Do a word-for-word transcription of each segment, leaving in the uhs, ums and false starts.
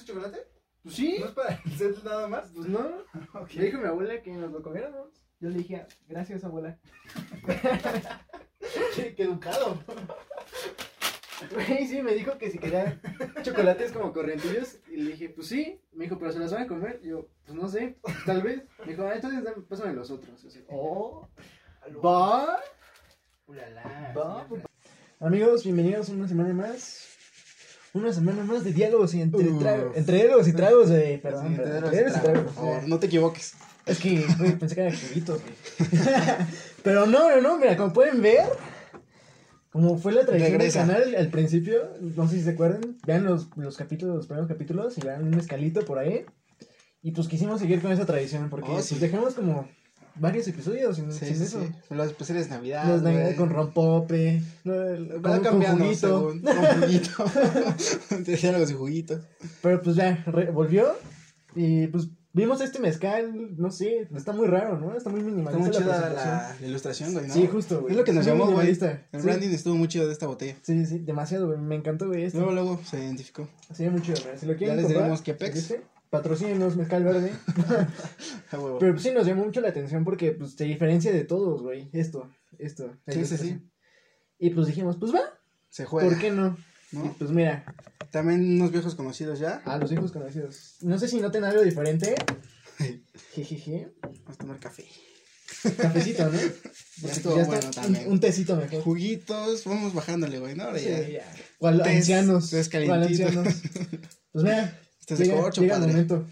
ese chocolate? Pues sí. ¿No es para el set nada más? Pues no. Ok. Le dijo mi abuela que nos lo comiéramos. Yo le dije, gracias, abuela. Qué, qué educado. Güey, sí, me dijo que si quería chocolates como corrientillos. Y le dije, pues sí. Me dijo, pero ¿se los van a comer? Y yo, pues no sé, tal vez. Me dijo, ah, entonces dame, pásame los otros. Así. Oh. Va. Ulala. Va. Amigos, bienvenidos una semana más. Una semana más de diálogos y entre, Uf. tragos, entre diálogos y tragos, güey. Perdón, Sí, perdón, te entre diálogos y tragos. por favor, no te equivoques. Es que, güey, pensé que era juguito, güey. Pero no, no, no, mira, como pueden ver, como fue la tradición Regresa. del canal al principio, no sé si se acuerdan, vean los, los capítulos, los primeros capítulos y vean un escalito por ahí. Y pues quisimos seguir con esa tradición, porque Oh, pues sí. dejamos como varios episodios sin, Sí, sin sí, eso. sí. Los especiales de Navidad. Los Navidad güey. con rompope, ¿no? El- Va con, con cambiando juguito. según. Con juguito. Entre diálogos y juguitos. Pero pues ya, re- volvió y pues vimos este mezcal, no sé, está muy raro, ¿no? Está muy Está minimalista muy la chida presentación. la, la ilustración, güey, ¿no? Sí, justo, güey. Es lo que nos Está muy llamó, güey. minimalista. El Sí. branding estuvo muy chido de esta botella. Sí, sí, demasiado, güey. Me encantó, güey. Esto. Luego, luego se identificó. Sí, muy chido, güey. Si lo quieren Ya les comprar, diremos qué pex. ¿viste? Patrocínenos, Mezcal Verde. A huevo. Pero pues sí, nos llamó mucho la atención porque pues se diferencia de todos, güey. Esto, esto. la Sí, sí, ilustración. sí. Y pues dijimos, pues va, Se juega. ¿por qué no? ¿No? Y pues mira, También unos viejos conocidos ya. a los hijos conocidos. No sé si noten algo diferente. Jejeje. Vamos a tomar café. Cafecito, ¿no? Porque estuvo ya bueno está también. Un, un tecito mejor. Juguitos, vamos bajándole, güey, ¿no? Ahora ya. Sí, ya. Cual Tés- ancianos. tés cual calientito. ancianos. Pues mira. Este es de llega, corcho, llega el padre. momento.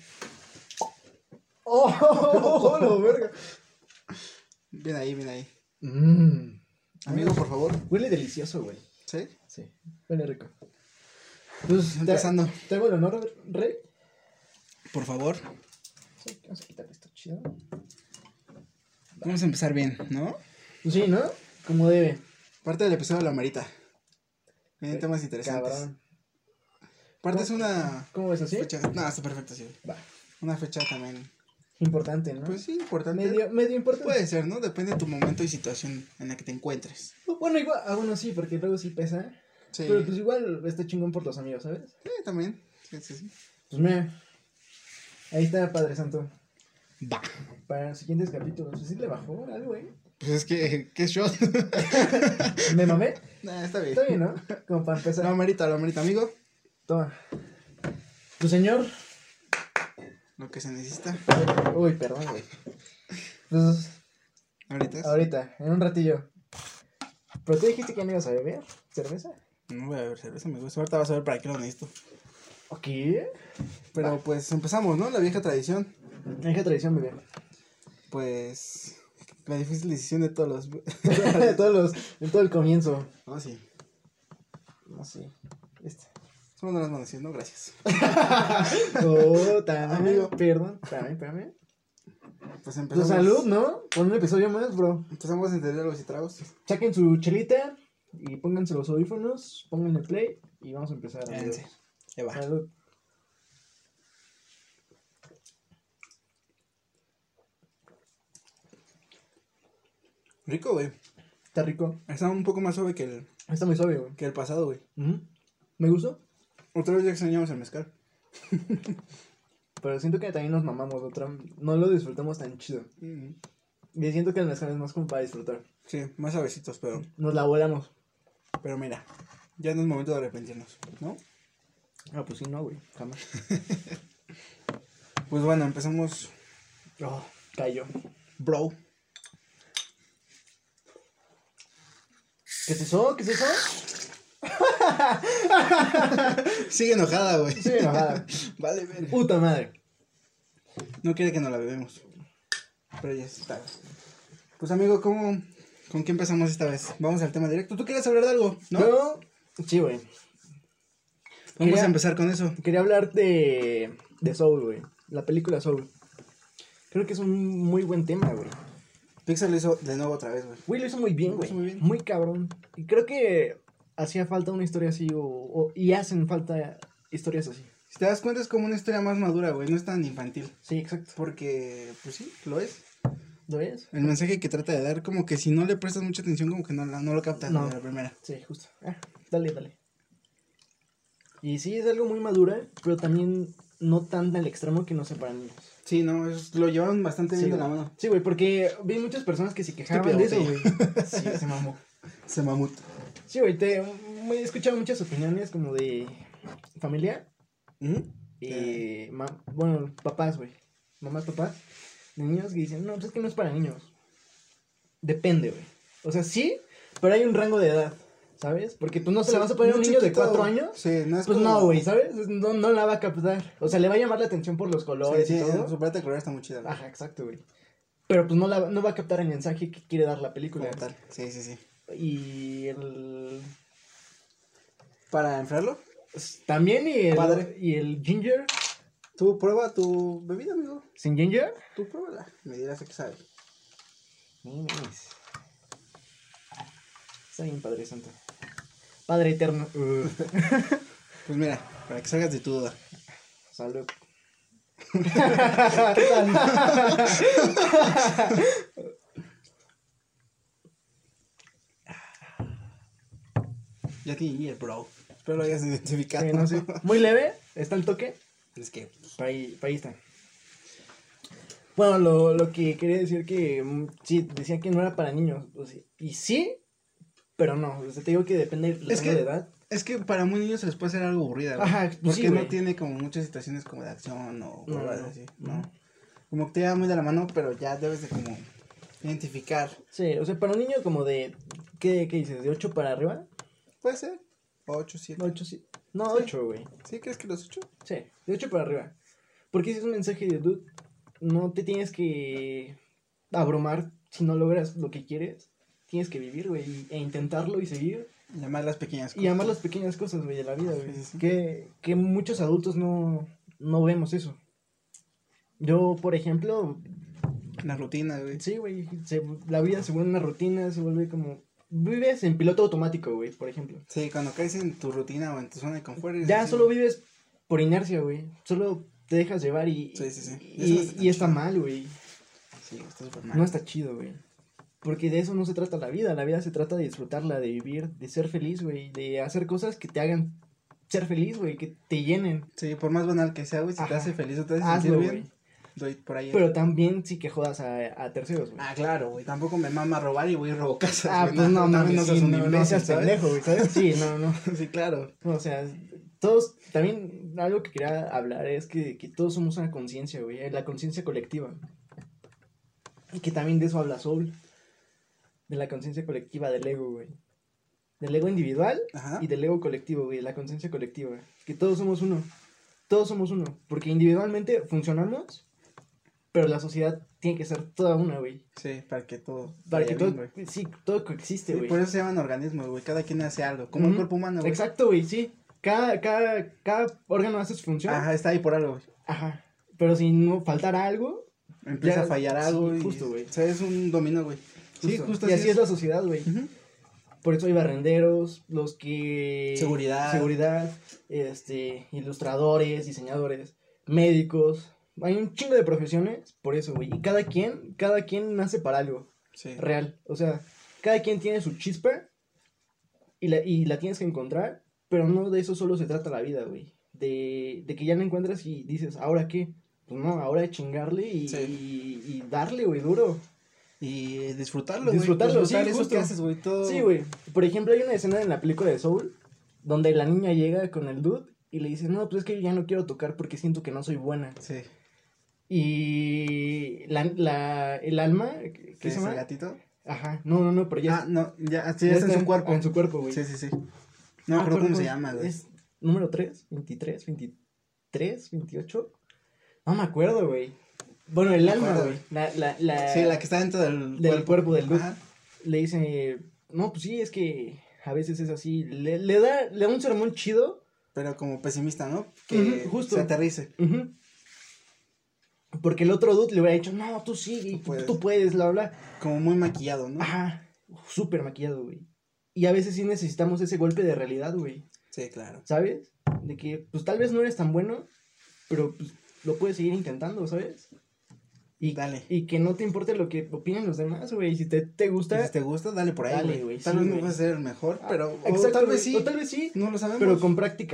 ¡Oh! ¡La verga! Bien ahí, bien ahí. Mmm. Amigo, por favor. Huele delicioso, güey. ¿Sí? Sí, huele rico. Pues, te, Empezando. te hago el honor, Rey. Por favor. Sí, vamos a quitar esto chido. Vamos a empezar bien, ¿no? Pues sí, ¿no? Como debe. Parte del episodio de la marita. Vienen temas interesantes. Cabrón. Parte es una ¿Cómo ves así? fecha. No, está perfecto, sí. Va. Una fecha también. Importante, ¿no? Pues sí, importante. medio, medio importante. Puede ser, ¿no? Depende de tu momento y situación en la que te encuentres. Bueno, igual, ah, bueno, sí, porque luego sí pesa. Sí. Pero pues igual está chingón por los amigos, ¿sabes? Sí, también. Sí, sí, sí. Pues mira. Ahí está, Padre Santo. Va. Para los siguientes capítulos. Pues sí le bajó algo, güey. Pues es que, ¿qué shot? ¿Me mamé? Nah, está bien. Está bien, ¿no? Como para empezar. La marita, la marita, amigo. Toma. Tu señor. Lo que se necesita. Uy, perdón, güey. Pues Ahorita. ahorita, en un ratillo. Pero tú dijiste que no ibas a beber cerveza. No voy a beber cerveza, amigo. Ahorita vas a ver para qué lo necesito. Ok. Pero pues empezamos, ¿no? La vieja tradición. Vieja tradición, bebé. Pues la difícil decisión de todos los... de todos los, de todo el comienzo. No, sí. No sé. Este. Son unas manos, ¿no? Gracias. Oh, también. Amigo. Perdón. Espérame, espérame. Pues Tu empezamos. salud, ¿no? Con un episodio más, bro. Empezamos a entender los y tragos. Saquen su chelita y pónganse los audífonos, pónganle play y vamos a empezar. amigos. Véanse. Ya va. Salud. Rico, güey. Está rico. Está un poco más suave que el, Está muy suave, güey. que el pasado, güey. Ujú. Me gustó. Otra vez ya extrañamos el mezcal. Pero siento que también nos mamamos otra. No lo disfrutamos tan chido. Mm. Y siento que el mezcal es más como para disfrutar. Sí, más suavecitos, pero, Nos la volamos. pero mira, ya no es momento de arrepentirnos, ¿no? Ah, pues sí, no, güey. Jamás. Pues bueno, empezamos, Oh, cayó. bro. ¿Qué es eso? ¿Qué es eso? Sigue enojada, güey. Estoy enojada. Vale, ver. Puta madre. No quiere que nos la bebemos. Pero ya está. Pues amigo, ¿cómo, ¿con qué empezamos esta vez? Vamos al tema directo. ¿Tú quieres hablar de algo? ¿No? Yo, sí, güey. Vamos quería- a empezar con eso. Quería hablar de, de Soul, güey. La película Soul. Creo que es un muy buen tema, güey. Pixar lo hizo de nuevo otra vez, güey. Güey, lo hizo muy bien, Lo güey. hizo muy bien. Muy cabrón. Y creo que hacía falta una historia así, o, o- y hacen falta historias así. Si te das cuenta es como una historia más madura, güey. No es tan infantil. Sí, exacto. Porque, pues sí, lo es. ¿Lo ves? El mensaje que trata de dar, como que si no le prestas mucha atención, como que no, la- no lo captas No. de la primera. Sí, justo. Ah, dale, dale. Y sí, es algo muy madura, pero también no tan al extremo que no sea para niños. Sí, no, es- lo llevan bastante bien Sí, de la güey. mano. Sí, güey, porque vi muchas personas que se quejaban Estúpido, de eso, sí. güey. Sí, se mamó. Se mamut. Sí, güey, te he escuchado muchas opiniones como de familia Ujú. y, ma- bueno, papás, güey. Mamás, papás, de niños que dicen, no, pues es que no es para niños. Depende, güey. O sea, sí, pero hay un rango de edad, ¿sabes? Porque tú no se la vas a poner a un Muy niño de chiquito. cuatro años. Sí, no es Pues como- no, güey, ¿sabes? No, no la va a captar. O sea, le va a llamar la atención por los colores Sí, sí, y todo. su parte de color está muy chida. güey. Ajá, exacto, güey. Pero pues no, la, no va a captar el mensaje que quiere dar la película. Como tal. Sí, sí, sí. Y el... Para enfriarlo, También y el, Padre. y el ginger. tú prueba tu bebida, amigo. ¿Sin ginger? Tú pruébala. Me dirás a qué sabe. No mames. Está bien, Padre Santo. Padre eterno. Uh, Pues mira, para que salgas de tu duda. salud. ¿Qué tal? Ya tiene el bro. Espero lo hayas identificado. Sí, no sé. Muy leve. Está el toque. Es que, Para ahí, para ahí está. Bueno, lo, lo que quería decir que mm, sí, decía que no era para niños. Pues, sí. Y sí, pero no. O sea, te digo que depende del Es rango que- de edad. es que para muy niños se les puede hacer algo aburrida, güey. Ajá, pues Porque sí, no güey. tiene como muchas situaciones como de acción o No, cosas no, así, no. ¿no? Como que te lleva muy de la mano, pero ya debes de como identificar. Sí, o sea, para un niño como de, ¿qué, qué dices? ¿De ocho para arriba? Puede ser. ocho, siete. ocho, sí. No, Sí. ocho, güey. ¿Sí crees que los ocho? Sí, de ocho para arriba. Porque ese es un mensaje de dude. No te tienes que abrumar si no logras lo que quieres. Tienes que vivir, güey, y- e intentarlo y seguir. Llamar las pequeñas Y amar las pequeñas cosas, güey, de la vida, güey. Sí, sí, sí. Que, que muchos adultos no, no vemos eso. Yo, por ejemplo, La rutina, güey. sí, güey, se- la vida se vuelve una rutina, se vuelve como... Vives en piloto automático, güey, por ejemplo. Sí, cuando caes en tu rutina o en tu zona de confort. es Ya así. solo vives por inercia, güey. Solo te dejas llevar y... Sí, sí, sí. Y, Eso no está tan y está chido. mal, güey. Sí, está súper mal. No está chido, güey. Porque de eso no se trata la vida. La vida se trata de disfrutarla, de vivir, de ser feliz, güey. De hacer cosas que te hagan ser feliz, güey. Que te llenen. Sí, por más banal que sea, güey, si te Ajá. hace feliz o te hace Hazlo, sentir güey. bien, doy por ahí. Pero también sí que jodas a, a terceros, güey. Ah, claro, güey. Tampoco me mama robar y voy y robo casas. Ah, güey. pues no, también mames, seas sí, un no, no imbécil, seas ¿sabes? pendejo, güey, ¿sabes? Sí, no, no. Sí, claro. O sea, todos, también algo que quería hablar es que, que todos somos una conciencia, güey. La conciencia colectiva. Y que también de eso habla Soul. De la conciencia colectiva del ego, güey. Del ego individual Ajá. y del ego colectivo, güey. La conciencia colectiva. Que todos somos uno. Todos somos uno. Porque individualmente funcionamos, pero la sociedad tiene que ser toda una, güey. Sí, para que todo. Para vaya que bien, todo, güey. sí, todo coexiste, Sí, güey. por eso se llaman organismos, güey. Cada quien hace algo. Como el Ujú. cuerpo humano, güey. Exacto, güey, sí. Cada, cada, cada órgano hace su función. Ajá, está ahí por algo, güey. Ajá. Pero si no faltara algo, Empieza Ya, a fallar sí, algo y. justo, güey. O sea, es un dominó, güey. Sí, justo y así es la sociedad, güey. Ujú. Por eso hay barrenderos, los que... Seguridad. Seguridad, este, ilustradores, diseñadores, médicos. Hay un chingo de profesiones por eso, güey. Y cada quien, cada quien nace para algo Sí. real. O sea, cada quien tiene su chispa y la, y la tienes que encontrar, pero no de eso solo se trata la vida, güey. De, de que ya la encuentras y dices, ¿ahora qué? Pues no, ahora de chingarle y, Sí. y, y darle, güey, duro. Y disfrutarlo, güey. Disfrutarlo, Disfrutar sí, eso justo. que haces, güey. Todo. Sí, güey. Por ejemplo, hay una escena en la película de Soul donde la niña llega con el dude y le dice, no, pues es que yo ya no quiero tocar porque siento que no soy buena. Sí. Y la, la, el alma, ¿qué ¿Qué se es el llama? gatito? Ajá, no, no, no, pero ya, Ah, no, ya, sí, ya está en su cuerpo. En su cuerpo, güey. Sí, sí, sí. No me Ah, acuerdo pero cómo se no, llama, güey. Es número tres, veintitrés, veintitrés, veintiocho. No me acuerdo, güey. Bueno, el Me alma, acuerdo, güey. La, la, la, Sí, la que está dentro del, del cuerpo del dude. Ajá. Le dice, no, pues sí, es que a veces es así. Le, le da, le da un sermón chido. Pero como pesimista, ¿no? Que Ujú, justo. se aterrice. Ujú. Porque el otro dude le hubiera dicho, no, tú sí, Tú puedes. tú puedes, bla, bla. Como muy maquillado, ¿no? Ajá, súper maquillado, güey. Y a veces sí necesitamos ese golpe de realidad, güey. Sí, claro. ¿Sabes? De que, pues tal vez no eres tan bueno, pero pues lo puedes seguir intentando, ¿sabes? Y, Dale. y que no te importe lo que opinen los demás, güey. Si te, te Y gusta, si te gusta, dale por ahí, Dale, güey. güey, Tal sí, vez güey. no va a ser el mejor, pero. exacto, o tal vez güey, sí. o tal vez sí, No lo sabemos. pero con práctica, güey.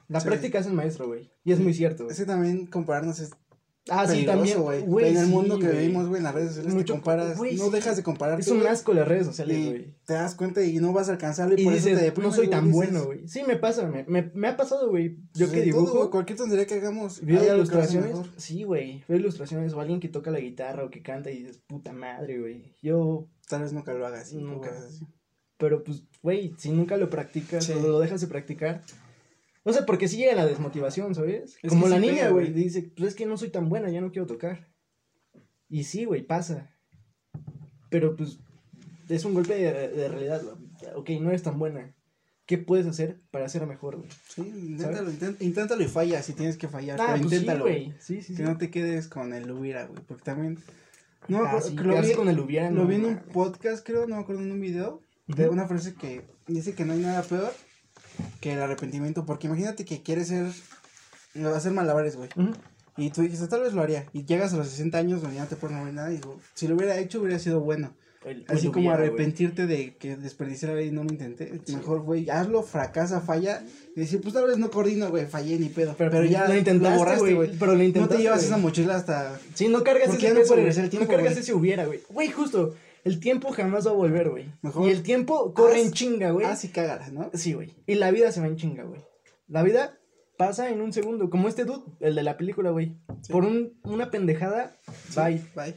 La Sí. práctica es el maestro, güey. Y es muy cierto, güey. Es que también compararnos es Ah, sí, peligroso, también, güey. güey. En el sí, mundo que güey. vivimos, güey, en las redes sociales te Mucho- comparas, güey, no sí. dejas de compararte, Es un güey, asco las redes sociales, y güey. te das cuenta y no vas a alcanzarlo y, Y por eso dices, te no deprimes, soy güey, tan dices, bueno, güey. Sí, me pasa, me, me, me ha pasado, güey. Yo pues, que de todo, dibujo, güey, cualquier tontería que hagamos, veo hay algo que lo hace ilustraciones. mejor. Sí, güey. Veo ilustraciones o alguien que toca la guitarra o que canta y dices, puta madre, güey. Yo, Tal vez nunca lo hagas. Nunca. Nunca. Así. pero pues, güey, si nunca lo practicas Sí. o lo dejas de practicar. No sé, porque sí llega la desmotivación, ¿sabes? Es Como que la sí niña, pega, güey, güey. dice, pues es que no soy tan buena, ya no quiero tocar. Y sí, güey, pasa. Pero pues es un golpe de, de realidad. Ok, no eres tan buena. ¿Qué puedes hacer para ser mejor, güey? Sí, inténtalo, intént- inténtalo y falla si tienes que fallar, pero pues inténtalo, sí, güey. güey. Sí, sí, sí. Que no te quedes con el hubiera, güey, porque también... No me Ah, acuerdo, sí, que lo quedarse vi, con el hubiera, lo no vi en un mames. podcast, creo, no me acuerdo, en un video, de Ujú. una frase que dice que no hay nada peor que el arrepentimiento, porque imagínate que quieres ser, hacer malabares, güey, Ujú. y tú dices, tal vez lo haría, y llegas a los sesenta años donde ya no te puedes mover nada, y digo, si lo hubiera hecho hubiera sido bueno, El- así el como hubiera, güey. arrepentirte de que desperdicié la vida y no lo intenté, Sí. mejor, güey, hazlo, fracasa, falla, y decir, pues tal vez no coordino, güey, fallé ni pedo, pero, Pero, ya lo intentaste, borraste, güey. Pero lo no intentaste, te llevas güey. esa mochila hasta... Sí, no cargas Porque ese ya no peso, puede güey. regresar el tiempo, No cargas güey. ese hubiera, güey. Güey, justo. El tiempo jamás va a volver, güey. Mejor Y el tiempo corre haz- en chinga, güey. Ah, sí, cágalas, ¿no? Sí, güey. Y la vida se va en chinga, güey. La vida pasa en un segundo. Como este dude, el de la película, güey. Sí. Por un, una pendejada, Sí, bye. Bye.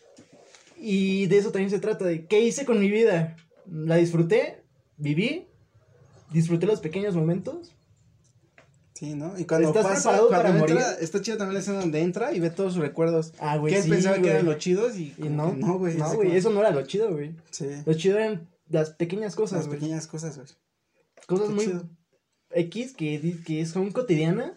Y de eso también se trata, de qué hice con mi vida. La disfruté, viví, disfruté los pequeños momentos. Sí, ¿no? Y cuando ¿Estás pasa, preparado cuando para entra, morir? está chido también la escena donde entra y ve todos sus recuerdos. Ah, güey, que él sí, pensaba que güey. eran los chidos y, Y como no, que no, güey. no, así güey, como- eso no era lo chido, güey. Sí. Lo chido eran las pequeñas cosas, Las güey. pequeñas cosas, güey. Cosas Qué muy chido. X que, di- que son cotidianas.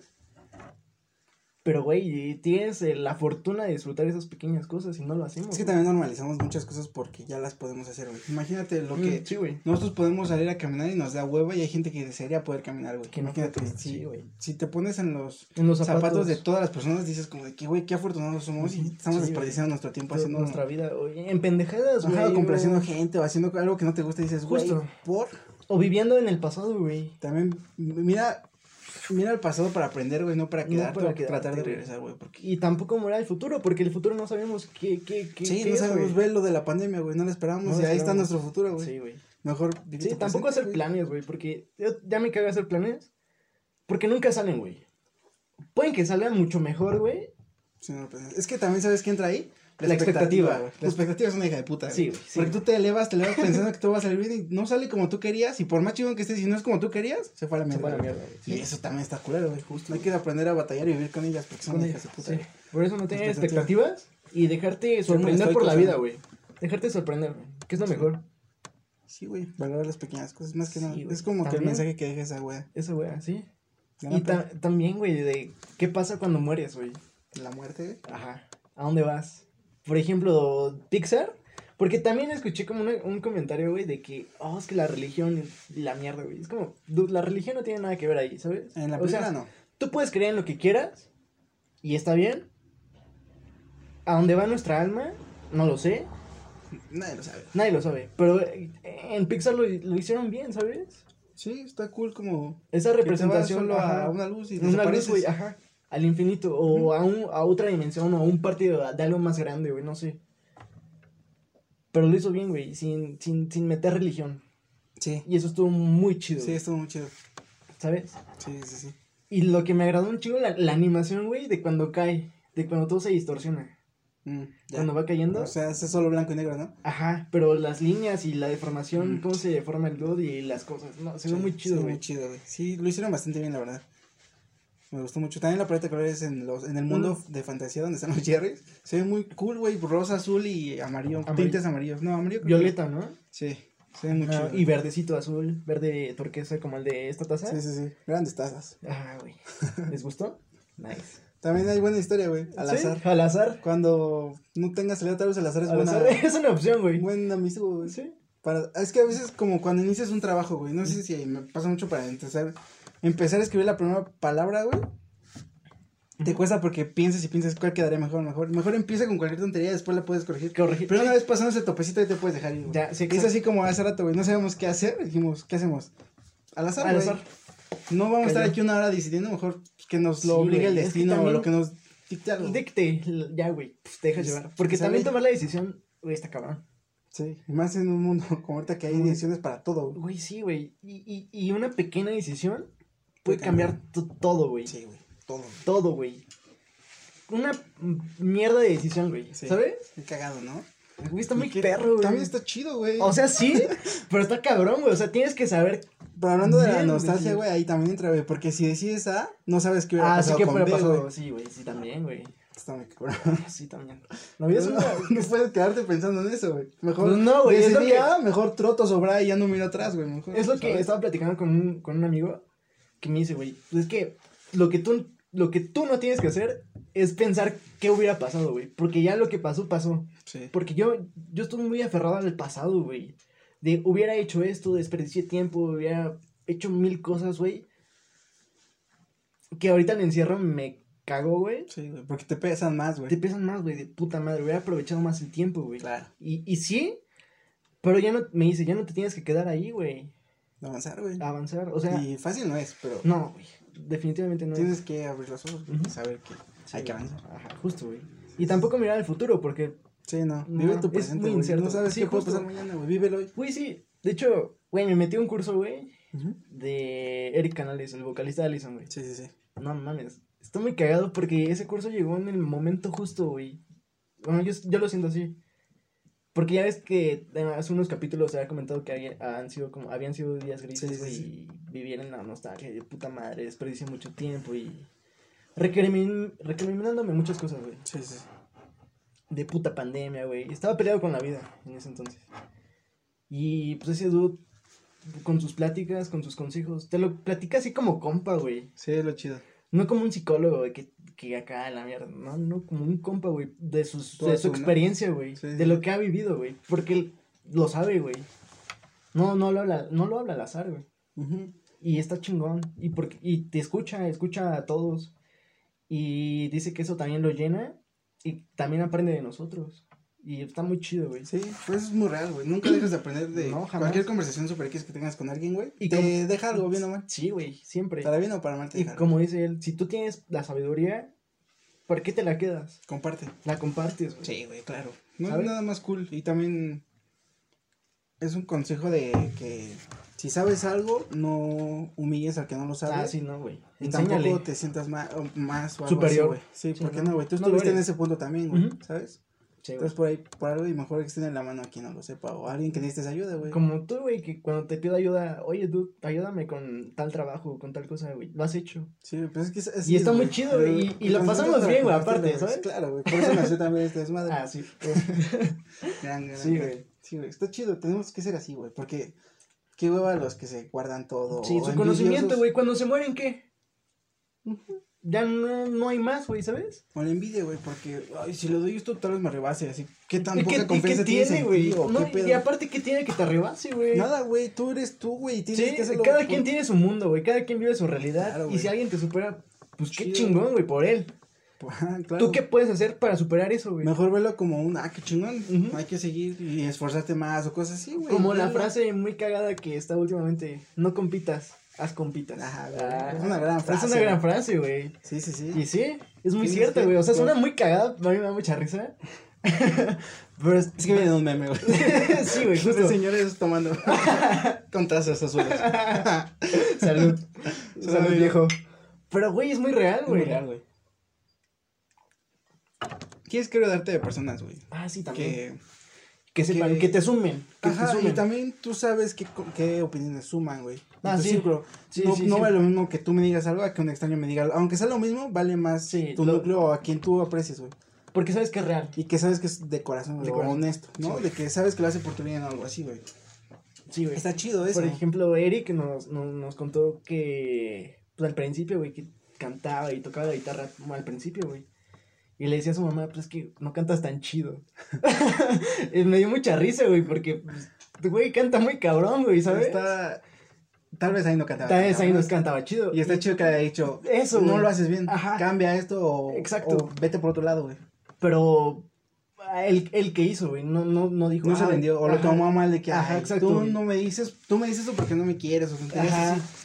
Pero, güey, tienes eh, la fortuna de disfrutar esas pequeñas cosas y no lo hacemos. Es que güey. también normalizamos muchas cosas porque ya las podemos hacer, güey. Imagínate lo que... Mm, sí, güey. Nosotros podemos salir a caminar y nos da hueva y hay gente que desearía poder caminar, güey. Que no Imagínate, puede, si, sí, güey. si te pones en los En los zapatos. zapatos, de todas las personas, dices como de que, güey, qué afortunados somos y Ujú, estamos sí, desperdiciando nuestro tiempo haciendo... nuestra vida, güey. En pendejadas, güey. Ajá, o complaciendo o- gente o haciendo algo que no te gusta y dices, güey, Justo. por... O viviendo en el pasado, güey. También, mira, mira el pasado para aprender, güey, no para No quedarte para o quedarte, tratar de güey. regresar, güey, porque... Y tampoco morirá el futuro, porque el futuro no sabemos qué, qué, qué. Sí, qué no es, sabemos güey. ver lo de la pandemia, güey, no lo esperamos No lo y ahí está esperamos. nuestro futuro, güey. Sí, güey. Mejor vivir Sí, tu tampoco presente, hacer güey. planes, güey, porque yo ya me cago hacer planes. Porque nunca salen, güey. Pueden que salgan mucho mejor, güey. Sí, no, pues, es que también sabes qué entra ahí. La expectativa. güey. La expectativa es una hija de puta, güey. Sí, güey, sí, Porque güey. tú te elevas, te elevas pensando que todo va a salir bien y no sale como tú querías. Y por más chingón que estés, si no es como tú querías, se fue a la Se mierda. fue a la güey. mierda, güey. Y Sí. eso también está culero, güey. Justo. Hay que aprender a batallar y vivir con ellas porque son Con hijas de ellas, puta. sí. güey. Por eso no tener Expectativa. expectativas y dejarte Ser muy sorprender por la estoicos, vida, ¿no? güey. Dejarte sorprender, güey. Que es lo mejor. Sí, güey, valorar las pequeñas cosas, más que Sí, nada. güey. Es como que el También- mensaje que deja esa güey. Eso, güey, sí. Ya Y no, ta- también, güey, de qué pasa cuando mueres, güey. La muerte, güey. Ajá. ¿A dónde vas? Por ejemplo, Pixar. Porque también escuché como una- un comentario, güey, de que, oh, es que la religión y la mierda, güey. Es como, dude, la religión no tiene nada que ver ahí, ¿sabes? En la O película sea, no. tú puedes creer en lo que quieras y está bien. ¿A dónde va nuestra alma? No lo sé. Nadie lo sabe. Nadie lo sabe. Pero eh, en Pixar lo, lo hicieron bien, ¿sabes? Sí, está cool como... Esa que te vas representación solo ajá, a una luz y una luz, desapareces. güey, ajá, al infinito o a, un, a otra dimensión o a un partido de algo más grande, güey, no sé. Pero lo hizo bien, güey, sin, sin, sin meter religión. Sí. Y eso estuvo muy chido, Sí, güey, estuvo muy chido. ¿sabes? Sí, sí, sí. Y lo que me agradó un chingo, la, la animación, güey, de cuando cae, de cuando todo se distorsiona. Mm, ya. Cuando va cayendo. O sea, es solo blanco y negro, ¿no? Ajá, pero las líneas y la deformación, Mm. cómo se deforma el dude y las cosas, no, se ve Sí, muy chido, sí, güey. muy chido, güey. Sí, lo hicieron bastante bien, la verdad. Me gustó mucho. También la paleta de colores en los en el mundo de fantasía donde están los Jerrys. Se ve muy cool, güey. Rosa, azul y amarillo. Amarillo. Tintes amarillos. No, amarillo. creo que- Violeta, ¿no? Sí, se ve muy Ah, chido. y verdecito azul, verde turquesa como el de esta taza. Sí, sí, sí. Grandes tazas. Ah, güey. ¿Les gustó? Nice. También hay buena historia, güey. Al ¿Sí? azar. Al azar. Cuando no tengas salida, tal vez el azar es Al buena. azar es una opción, güey. Buen amigo, güey. Sí. Para, es que a veces como cuando inicias un trabajo, güey, no sé si me pasa mucho para empezar, empezar a escribir la primera palabra, güey, te cuesta porque piensas y piensas cuál quedaría mejor, mejor, mejor empieza con cualquier tontería y después la puedes corregir. Corregir. Pero una vez pasando ese topecito ya te puedes dejar ir, güey. Ya, sí, Es exacto. así como hace rato, güey, no sabemos qué hacer, dijimos, ¿qué hacemos? Al azar, Al güey. azar. no vamos a estar Cayó. aquí una hora decidiendo, mejor que nos Sí, lo obligue güey, el es que destino o también- lo que nos dicte algo. Dicte, ya, güey, pues te dejas Pues, llevar. Porque ¿sabe? también tomar la decisión, güey, está cabrón. Sí, y más en un mundo como ahorita que hay Muy- decisiones para todo, güey. Güey, sí, güey. Y, y, y una pequeña decisión puede Puede cambiar cambiar. to- todo, güey. Sí, güey, todo. güey. Todo, güey. Una m- mierda de decisión, güey. Sí. ¿Sabes? Qué cagado, ¿no? Güey, está muy Y que perro, güey. También está chido, güey. O sea, sí, pero está cabrón, güey. O sea, tienes que saber. Pero hablando de la Bien, nostalgia, decidido. güey, ahí también entra, güey, porque si decides A, no sabes qué hubiera Ah, sí pasado que con puede B, pasar. güey. Sí, güey, sí, también, güey. Está muy cabrón. Sí, también. La vida es No, una. no puedes quedarte pensando en eso, güey. Mejor Pues no, güey, es lo decidí que- A, mejor troto sobra y ya no miro atrás, güey. Mejor, Es lo que ¿sabes? estaba platicando con un, con un amigo que me dice, güey, pues es que lo que tú lo que tú no tienes que hacer es pensar qué hubiera pasado, güey, porque ya lo que pasó pasó. Sí. Porque yo yo estoy muy aferrado al pasado, güey. De hubiera hecho esto, desperdicié tiempo, hubiera hecho mil cosas, güey. Que ahorita el encierro me cago, güey. Sí, güey, porque te pesan más, güey. Te pesan más, güey, de puta madre, hubiera aprovechado más el tiempo, güey. Claro. Y y sí, pero ya no me dice, ya no te tienes que quedar ahí, güey. De avanzar, güey. Avanzar, o sea, Y fácil no es, pero no, güey, definitivamente no. tienes que abrir los ojos güey, y Ujú. saber que Sí, hay que güey. avanzar. Ajá, justo, güey. Y tampoco mirar el futuro, porque, Sí, no. No, Vive tu es presente, muy güey. incierto. No sabes Sí, qué puede justo. pasar mañana, güey. Vívelo hoy. güey, sí. De hecho, güey, me metí a un curso, güey, Ujú. de Eric Canales, el vocalista de Allison, güey. Sí, sí, sí. No mames. Estoy muy cagado porque ese curso llegó en el momento justo, güey. Bueno, yo, yo lo siento así. Porque ya ves que eh, hace unos capítulos se había comentado que había- han sido como, habían sido días grises, Sí, sí, güey, sí. y vivir en la nostalgia de puta madre, desperdicié mucho tiempo y recrimin- recriminándome muchas cosas, güey. Sí, sí. De puta pandemia, güey. Estaba peleado con la vida en ese entonces. Y pues ese dude, con sus pláticas, con sus consejos, te lo platica así como compa, güey. Sí, es lo chido. No como un psicólogo, güey, que, que acá la mierda. No, no, como un compa, güey. De, sus, Toda de su su, ¿no? experiencia, güey. Sí, de sí. lo que ha vivido, güey. Porque él lo sabe, güey. No, no lo habla, no lo habla al azar, güey. Ujú. Y está chingón. Y, porque, y te escucha, escucha a todos. Y dice que eso también lo llena. Y también aprende de nosotros. Y está muy chido, güey. Sí, pues es muy real, güey. Nunca dejas de aprender de No, jamás. cualquier conversación super X que tengas con alguien, güey. Y te como- deja algo bien o mal. Sí, güey, siempre. Para bien o para mal te Y deja. como dice él, si tú tienes la sabiduría, ¿por qué te la quedas? Comparte. La compartes, güey. Sí, güey, claro. No ¿Sabes? es nada más cool. Y también es un consejo de que si sabes algo, no humilles al que no lo sabe. Ah, sí, no, güey. Y Enséñale. tampoco te sientas más, más o algo Superior. así, güey. Sí, Sí, ¿por qué no. no, güey? Tú No lo estuviste en eres. ese punto también, güey, Ujú. ¿sabes? Sí, güey. Entonces por ahí, por algo, y mejor extiende la mano a quien no lo sepa, o a alguien que necesites ayuda, güey. Como tú, güey, que cuando te pido ayuda, oye, dude, ayúdame con tal trabajo, con tal cosa, güey. Lo has hecho. Sí, pues es que es, es- Y está es, muy güey. chido, Pero- güey, y- y lo cuando pasamos nosotros bien, güey, trabajamos, aparte, güey, ¿sabes? Claro, güey, por eso nació también este desmadre. Ah, sí. Gran, gran, Sí, gran. güey. Sí, güey, está chido, tenemos que ser así, güey, porque qué hueva los que se guardan todo. Sí, o su conocimiento, envidiosos, güey. Cuando se mueren, ¿qué? Ya no, no hay más, güey, ¿sabes? O la envidia, güey, porque, ay, si le doy esto, tal vez me rebase, así, ¿qué tan ¿Y poca qué, y confianza qué tiene tiene, güey? sentido? No, ¿Qué pedo? y aparte, ¿qué tiene que te rebase, güey? Nada, güey, tú eres tú, güey, tienes Sí, que hacerlo. cada por- quien tiene su mundo, güey. Cada quien vive su realidad. Claro, y güey. si alguien te supera, pues qué Chido. chingón, güey, por él. Ah, claro. ¿Tú qué puedes hacer para superar eso, güey? Mejor verlo como un, ah, qué chingón, Ujú. hay que seguir y esforzarte más o cosas así, güey. Como la Claro. frase muy cagada que está últimamente, no compitas, haz compitas. Ajá, güey, es una gran frase, Es una gran güey. frase, güey. Sí, sí, sí. Y sí, es muy Sí, cierta, sí, güey. O sea, claro. suena muy cagada, a mí me da mucha risa. Pero es, Es que viene de un meme, güey. sí, güey, Los justo. señores tomando con tazas azules. Salud. Salud, Salud, viejo. Pero, güey, es muy real, Es muy güey. real, güey. Quieres que darte de personas, güey. Ah, sí, también. Que, Que, sepan, que- que te sumen. Que ajá, te sumen. y también tú sabes qué, co- qué opiniones suman, güey. Ah, En tu sí. círculo. Sí, no sí, no sí. vale lo mismo que tú me digas algo a que un extraño me diga algo. Aunque sea lo mismo, vale más Sí, tu lo- núcleo o a quien tú aprecies, güey. Porque sabes que es real. Y que sabes que es de corazón, güey, De o corazón. honesto, ¿no? Sí. De que sabes que lo hace por tu bien o algo así, güey. Sí, güey. Está chido eso. Por ejemplo, Eric nos, nos, nos contó que, pues al principio, güey, que cantaba y tocaba la guitarra como al principio, güey. Y le decía a su mamá, pues es que no cantas tan chido. Y me dio mucha risa, güey, porque, pues, güey, canta muy cabrón, güey, ¿sabes? Está... Tal vez ahí no cantaba. Tal vez tan ahí cabrón. nos cantaba chido. Y está chido que haya dicho, Eso, no güey. lo haces bien, Ajá. cambia esto o, Exacto. o vete por otro lado, güey. Pero el, el que hizo, güey, no, no, no dijo. No se "Ah, vendió, o lo ajá". tomó mal de que, Ajá, "Ay, exacto, tú güey. no me dices, tú me dices eso porque no me quieres, o tonterías Ajá. así".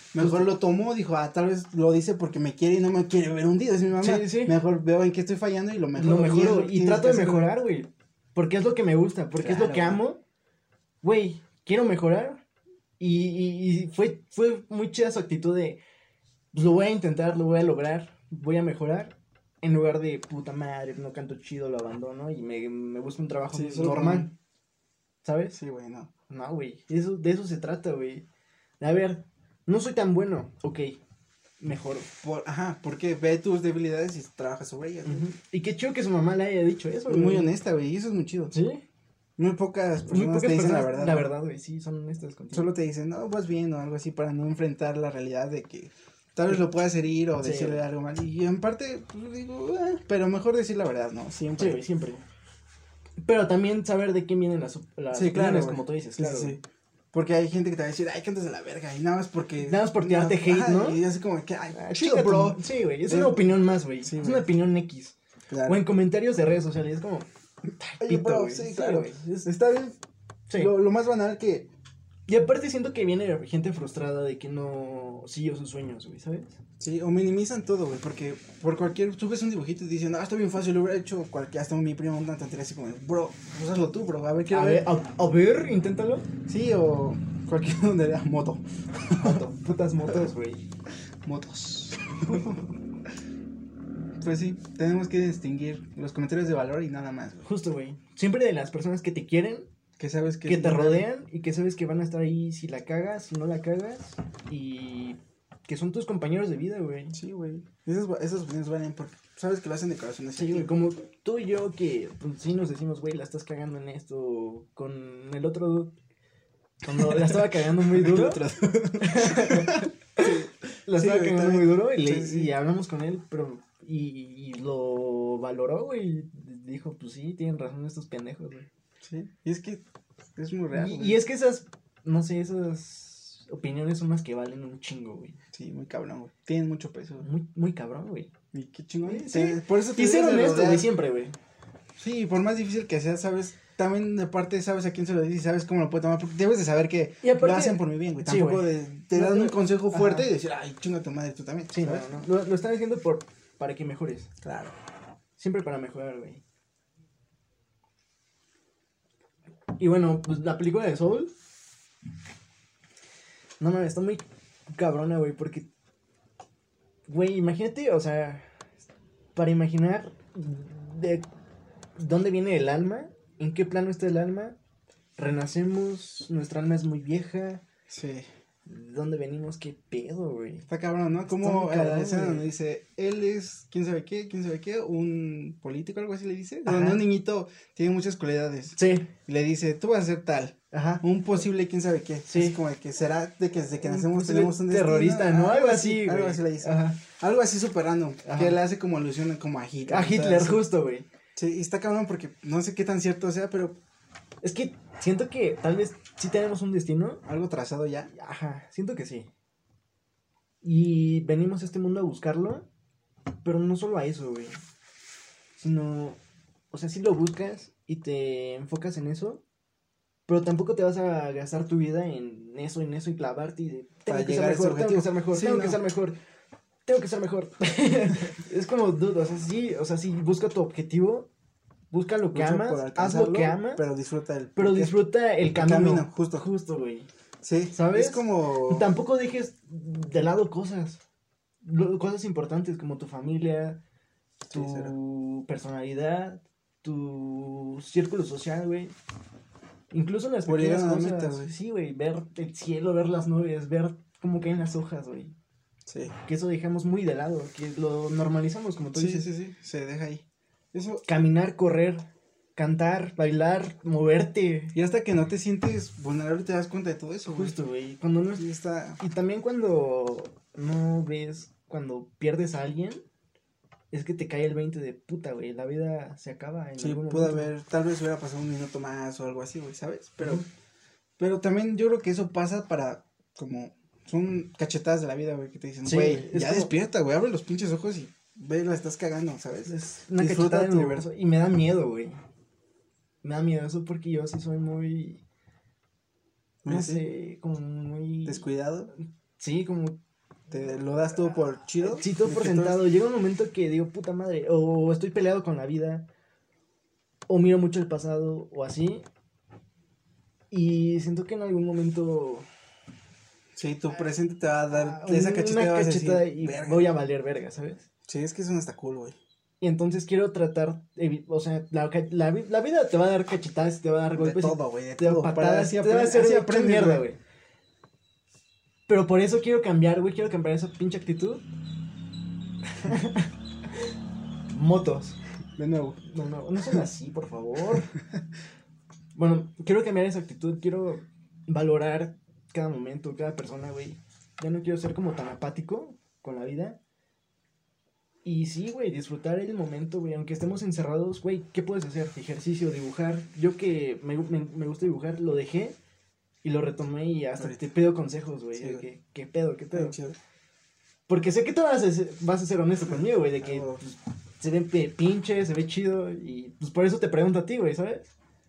mejor lo tomó, dijo, ah, tal vez lo dice porque me quiere y no me quiere ver hundido, es mi mamá. Sí, sí. Mejor veo en qué estoy fallando y lo mejoro. Lo mejoro y, y trato de mejorar, güey. Porque es lo que me gusta, porque es lo Claro, que güey. amo. Güey, quiero mejorar. Y, y, y fue, fue muy chida su actitud de, pues, lo voy a intentar, lo voy a lograr, voy a mejorar. En lugar de, puta madre, no canto chido, lo abandono y me, me busco un trabajo Sí, solo normal. ¿Sabes? Sí, güey, no. No, güey, eso, de eso se trata, güey. A ver, no soy tan bueno, ok, mejoro. Por, ajá, porque ve tus debilidades y trabaja sobre ellas. güey. Ujú. Y qué chido que su mamá le haya dicho eso, Es güey. muy honesta, güey, y eso es muy chido. Sí, Muy pocas personas muy pocas te dicen personas, la verdad. la ¿no? verdad, güey, sí, son honestas contigo. Solo te dicen, no, vas bien o algo así para no enfrentar la realidad de que tal vez lo puedas herir o Sí, decirle güey. algo mal. Y en parte, pues, digo, eh, pero mejor decir la verdad, ¿no? Siempre. Sí, güey, siempre. Pero también saber de quién vienen las, op- las Sí, claro, opiniones, güey. como tú dices, Sí, claro. sí, güey. sí. Porque hay gente que te va a decir, ay, que andas de la verga. Y nada más porque. Nada más por tirarte hate, ajá, ¿no? Y así como que, ay, Ah, chido, chica, bro. tu- Sí, güey, es Eh, una opinión más, güey. sí, es güey. una opinión X. Claro. O en comentarios de redes sociales, es como... Oye, pito, bro, güey. sí, claro. güey, es- Está bien. sí. Lo, lo más banal que. Y aparte siento que viene gente frustrada de que no siguió sus sueños, güey, ¿sabes? Sí, o minimizan todo, güey, porque por cualquier, tú ves un dibujito y dicen, ah, está bien fácil, lo hubiera hecho cualquier, hasta mi primo una tontería así como, bro, pues hazlo tú, bro, a ver, quiero A ver. ver, a, a ver, inténtalo. Sí, o cualquier donde era moto, Moto, putas motos, güey. motos. Pues sí, tenemos que distinguir los comentarios de valor y nada más, güey. Justo, güey. Siempre de las personas que te quieren, Que sabes que... que es te real. rodean y que sabes que van a estar ahí si la cagas, si no la cagas. Y que son tus compañeros de vida, güey. Sí, güey. Esas, esas opiniones valen porque sabes que lo hacen de corazón. hacia Sí, ti. güey, como tú y yo que pues, sí nos decimos, güey, la estás cagando en esto, con el otro dude, cuando la estaba cagando muy duro, Otro. la Sí, estaba güey, cagando también. muy duro y, le, Sí, sí. y hablamos con él, pero, y, y lo valoró, güey, y dijo, pues sí, tienen razón estos pendejos, güey. Sí, y es que es muy real, Y, güey. y es que esas, no sé, esas opiniones son las que valen un chingo, güey, Sí, muy cabrón, güey. Tienen mucho peso, güey. muy, muy cabrón, güey. Y qué chingón. Sí, Te- sí. Por eso te Y ser debes de honesto, rodear- güey, siempre, güey. Sí, por más difícil que sea, sabes, también de parte sabes a quién se lo dices y sabes cómo lo puede tomar, porque debes de saber que Y aparte- lo hacen por mi bien, güey. Sí, Tampoco güey. de, te No, dan no, un consejo ajá. fuerte y decir, ay, chinga tu madre, tú también. Sí, no, ¿sabes? no, lo, lo están haciendo por, para que mejores, Claro. siempre para mejorar, güey. Y bueno, pues la película de Soul. No mames, está muy cabrona, güey, porque. Güey, imagínate, o sea. Para imaginar de dónde viene el alma, en qué plano está el alma. Renacemos, nuestra alma es muy vieja. Sí. ¿De dónde venimos? ¿Qué pedo, güey? Está cabrón, ¿no? Está Como muy a la cabrón, escena güey. donde dice, él es, quién sabe qué, quién sabe qué, un político, algo así le dice. Ajá. Donde un niñito tiene muchas cualidades. Sí, Y le dice, tú vas a ser tal. ajá. Un posible quién sabe qué. Sí. Así como de que será de que desde que nacemos Un tenemos un destino. terrorista, ¿no? Ah, Algo así, Algo güey. así le dice. Ajá. Algo así súper random. Ajá. Que le hace como alusión como a Hitler. A y todo Hitler, eso. justo, güey. Sí, y está cabrón porque no sé qué tan cierto sea, pero Es que siento que tal vez sí tenemos un destino. algo trazado ya. Ajá, siento que sí. Y venimos a este mundo a buscarlo, pero no solo a eso, güey. Sino, o sea, sí lo buscas y te enfocas en eso, pero tampoco te vas a gastar tu vida en eso, en eso y clavarte y de, tengo Para que llegar ser a ese mejor, tengo que objetivo. ser mejor, Sí, tengo no. que ser mejor, tengo que ser mejor. Es como, dude, o sea, sí, o sea, sí, busca tu objetivo, busca lo que Lucha amas, por haz alcanzarlo, lo que amas, pero, Pero disfruta el. disfruta el camino. camino, justo. Justo, güey. Sí, ¿Sabes? Es como. Y tampoco dejes de lado cosas, lo- cosas importantes como tu familia, tu Sí, cero. personalidad, tu círculo social, güey. Incluso en las Por pequeñas llegar a la cosas. meta, güey. Sí, güey, ver el cielo, ver las nubes, ver cómo caen las hojas, güey. Sí. Que eso dejamos muy de lado, que lo normalizamos, como tú Sí, dices. sí, sí, sí. Se deja ahí. Eso. Caminar, correr, cantar, bailar, moverte. Y hasta que no te sientes vulnerable te das cuenta de todo eso, güey. Justo, güey. Cuando no Y está. Y también cuando no ves, cuando pierdes a alguien, es que te cae el veinte de puta, güey, la vida se acaba en Sí, algún pudo momento. haber, tal vez hubiera pasado un minuto más o algo así, güey, ¿sabes? Pero, Ujú. pero también yo creo que eso pasa para, como, son cachetadas de la vida, güey, que te dicen, Sí, güey, es ya como- despierta, güey, abre los pinches ojos y ve, la estás cagando, ¿sabes? Es una Disfruta cachetada del tu- universo y me da miedo, güey. Me da miedo eso porque yo sí soy muy, no Muy así, sé, como muy... descuidado. Sí, como... Te lo das todo por chido. Sí, todo de por que todo sentado. Llega un momento que digo, puta madre, o estoy peleado con la vida, o miro mucho el pasado, o así. Y siento que en algún momento... Sí, tu presente te va a dar ah, esa cachetada. una vas a cachetada decir, y "Verga". voy a valer verga, ¿sabes? Sí, es que eso no está cool, güey. Y entonces quiero tratar, evi- o sea, la, ca- la, vi- la vida te va a dar cachetadas, te va a dar De golpes, y todo, güey, de te va a todo. Para patadas, así te va a aprende- hacer así hecho aprendes, mierda, güey. güey. Pero por eso quiero cambiar, güey, quiero cambiar esa pinche actitud. Motos. De nuevo. No, no, no son así, por favor. Bueno, quiero cambiar esa actitud, quiero valorar cada momento, cada persona, güey. Ya no quiero ser como tan apático con la vida. Y sí, güey, disfrutar el momento, güey. Aunque estemos encerrados, güey, ¿qué puedes hacer? Ejercicio, dibujar. Yo que me, me, me gusta dibujar, lo dejé y lo retomé y hasta Ahorita. te pido consejos, güey. Sí, de güey. que, ¿Qué pedo, qué pedo? Está chido. Porque sé que tú vas a ser, vas a ser honesto conmigo, güey, de que Ah, güey. pues, se ve pe- pinche, se ve chido y pues por eso te pregunto a ti, güey, ¿sabes?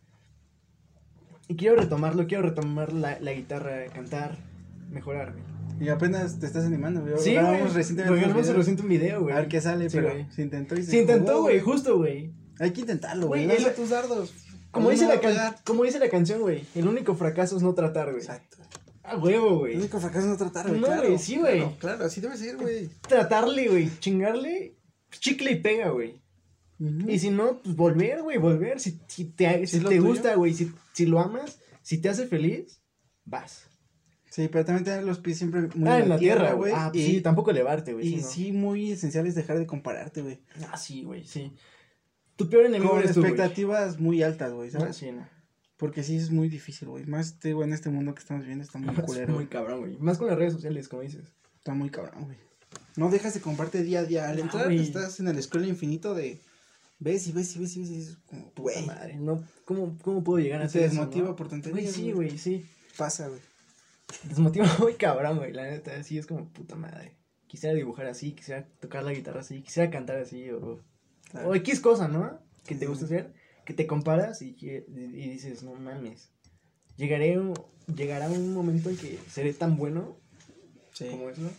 Y quiero retomarlo, quiero retomar la, la guitarra, cantar, mejorar, güey. Y apenas te estás animando, güey. Sí, Grabamos güey. recientemente Grabamos unos videos. reciente un video, güey. A ver qué sale, Sí, pero güey. se intentó y se Se intentó, jugó, güey, justo, güey. Hay que intentarlo, Güey, güey. el- Lanza tus dardos. Como dice, Alguno la va a can- pegar. como dice la canción, güey, el único fracaso es no tratar, güey. Exacto. A huevo, El güey. único fracaso es no tratar, güey. No, claro, güey, sí, güey. Claro, claro, así debe ser, güey. Tratarle, güey, chingarle, chicle y pega, güey. Y si no, pues volver, güey, volver. Si, si te, Si si es lo te tuyo. gusta, güey, si, si lo amas, si te hace feliz, vas. Sí, pero también tener los pies siempre muy Ah, en la tierra, güey. Ah, y, sí, tampoco elevarte, güey. y sí, no. sí, muy esencial es dejar de compararte, güey. Ah, sí, güey, sí. Tu peor enemigo Con eres tú, güey. expectativas muy altas, güey, Ah, ¿sabes? sí, no. Porque sí es muy difícil, güey. Más, te digo, en este mundo que estamos viviendo está muy Es culero, muy güey. cabrón, güey. Más con las redes sociales, como dices. Está muy cabrón, güey. No dejas de compartir día a día. Al Ah, entrar, güey. estás en el scroll infinito de... Ves y ves y ves y ves y es como, Puta güey. madre, no, ¿cómo, ¿cómo puedo llegar a Te hacer eso, desmotiva no? por Güey, tonterías, sí, güey, sí. Pasa, güey. Desmotiva muy cabrón, güey, la neta, sí, es como puta madre. Quisiera dibujar así, quisiera tocar la guitarra así, quisiera cantar así, o, Claro. o X cosa, ¿no? Que te Sí, gusta sí. hacer, que te comparas y, que- y dices, no mames. Llegaré, un- llegará un momento en que seré tan bueno Sí. como eso.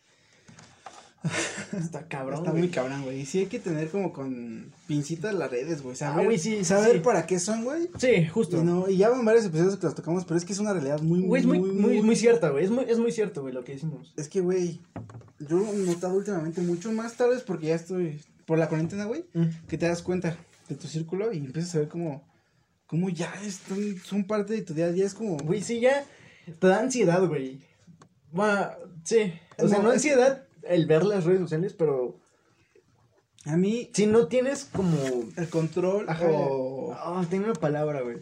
Está cabrón, Está güey. muy cabrón, güey. Y sí hay que tener como con pincitas las redes, güey. Saber, Ah, güey, sí, saber sí. para qué son, güey. Sí, justo. Y, no, y ya van varios episodios que los tocamos, pero es que es una realidad muy, Güey, es muy, muy, muy cierta, güey, es muy, es muy cierto, güey, lo que decimos. Es que, güey, yo lo he notado últimamente mucho más, tal vez porque ya estoy por la cuarentena, güey, Mm. que te das cuenta de tu círculo y empiezas a ver como, como ya están, son parte de tu día a día. Es como, Güey, sí, ya te da ansiedad, güey. Bueno, sí. O sea, No, no es- ansiedad el ver las redes sociales, pero a mí, si no tienes como... el control Ajá. o... Ah, tengo una palabra, güey.